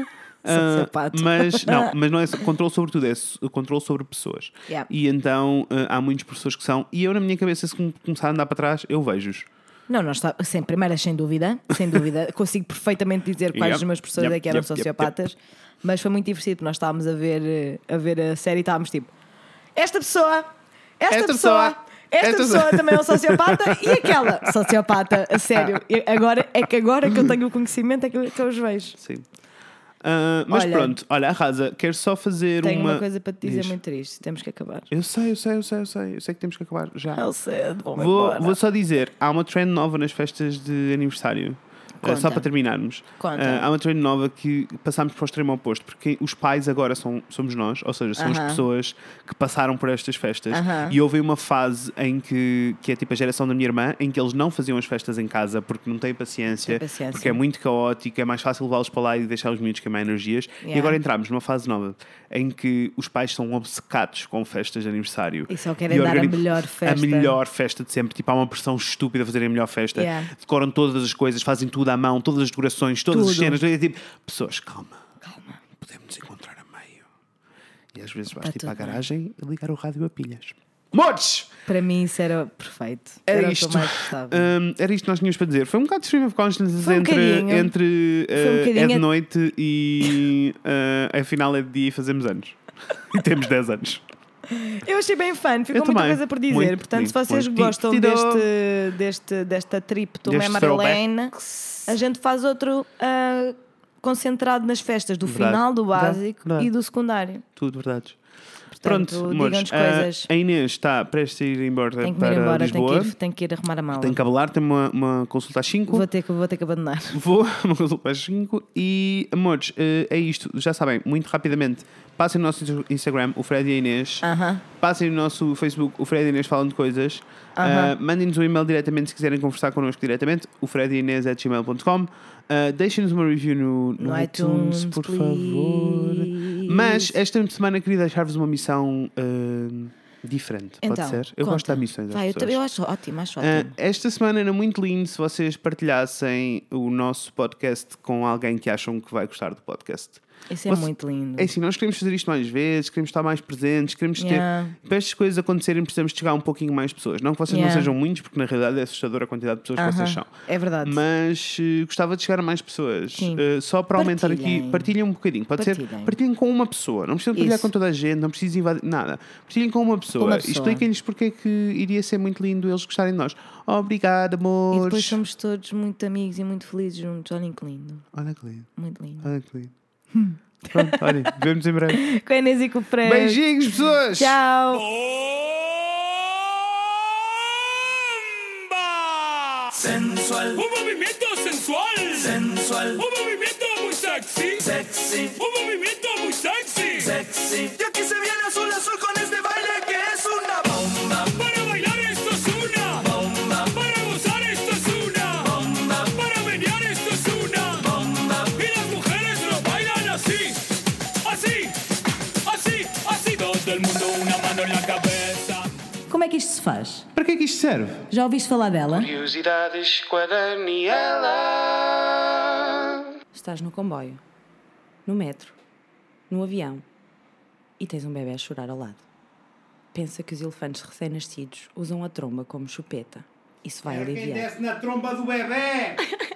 Sociopata. Mas não é controle sobre tudo, é controle sobre pessoas. Yeah. E então há muitas pessoas que são. E eu, na minha cabeça, se começar a andar para trás, eu vejo-os. Não, nós sempre, primeiras, sem dúvida, consigo perfeitamente dizer quais Yep, dos meus professores yep, é que eram yep, yep, sociopatas, mas foi muito divertido, porque nós estávamos a ver a série e estávamos tipo, esta pessoa também é um sociopata e aquela sociopata, a sério. Agora que eu tenho o conhecimento é que eu os vejo. Sim. Mas Olha, pronto, olha, arrasa, quero só fazer Tenho uma coisa para te dizer Diz. muito triste, temos que acabar. Eu sei que temos que acabar já. Eu sei, vou Vou só dizer, há uma trend nova nas festas de aniversário. Conta. Só para terminarmos. Conta. Há uma trend nova que passámos para o extremo oposto, porque os pais agora somos nós, ou seja, são as pessoas que passaram por estas festas. E houve uma fase em que é tipo a geração da minha irmã, em que eles não faziam as festas em casa porque não têm paciência, porque é muito caótico, é mais fácil levá-los para lá e deixar os miúdos queimar energias. E agora entramos numa fase nova em que os pais são obcecados com festas de aniversário. E só querem dar a melhor festa. A melhor festa de sempre. Tipo, há uma pressão estúpida a fazerem a melhor festa. Decoram todas as coisas, fazem tudo à mão, todas as decorações, todas as cenas. Tipo, pessoas, calma. Podemos nos encontrar a meio. E às vezes vais tipo à garagem e ligar o rádio a pilhas. Modes! Para mim isso era perfeito. Era isto. O que eu mais gostava. Era isto que nós tínhamos para dizer. Foi um bocado de stream of consciousness entre é de noite e afinal é de dia e fazemos anos. E temos 10 anos. Eu achei bem fun, ficou muita coisa por dizer. Muito, portanto, se muito, vocês muito. gostam desta trip do Marilene, a gente faz outro concentrado nas festas do final, do básico e do secundário. Tudo verdade. Portanto, pronto, digam-nos coisas. A Inês está prestes a ir embora Tem que para ir embora, Lisboa. tem que ir arrumar a mala. Tem que cabelar, tem uma consulta às 5. Vou ter que abandonar. Vou uma consulta às 5. E, amores, é isto. Já sabem, muito rapidamente, passem no nosso Instagram, o Fred e a Inês. Passem no nosso Facebook, o Fred e a Inês falam de coisas. Mandem-nos um e-mail diretamente se quiserem conversar connosco diretamente, o fredainês@gmail.com. Deixem-nos uma review no iTunes, por favor. Mas esta semana queria deixar-vos uma missão diferente, então, pode ser? Eu gosto de dar missões às pessoas. Eu acho ótimo, Esta semana era muito lindo se vocês partilhassem o nosso podcast com alguém que acham que vai gostar do podcast. Isso é muito lindo. É assim, nós queremos fazer isto mais vezes, queremos estar mais presentes, queremos ter. Para estas coisas acontecerem, precisamos chegar a um pouquinho mais pessoas. Não que vocês não sejam muitos, porque na realidade é assustadora a quantidade de pessoas que vocês são. É verdade. Mas gostava de chegar a mais pessoas. Só para aumentar aqui, partilhem um bocadinho. Pode ser, partilhem com uma pessoa. Não precisam partilhar com toda a gente, não precisam invadir nada. Partilhem com uma pessoa. E expliquem-lhes porque é que iria ser muito lindo eles gostarem de nós. Obrigada, amores. E depois somos todos muito amigos e muito felizes juntos. Olhem que lindo. Olha que lindo. Muito lindo. Olha que lindo. Pronto, olhem, vemos em breve. Com a Inês e com o Fred. Beijinhos, pessoas! Tchau! Sensual, un movimiento sensual, sensual, un movimiento muy sexy, sexy, un movimiento muy sexy, sexy. Y aquí se viene azul azul con este baile que es una bomba. Para bailar esto es una bomba. Para gozar esto es una bomba. Para menear esto es una bomba. Y las mujeres lo bailan así, así, así, así. Todo el mundo una mano en la cabeza. Como é que isto se faz? Para que é que isto serve? Já ouviste falar dela? Curiosidades com a Daniela. Estás no comboio, no metro, no avião e tens um bebê a chorar ao lado. Pensa que os elefantes recém-nascidos usam a tromba como chupeta. Isso vai aliviar. Quem desce na tromba do bebê!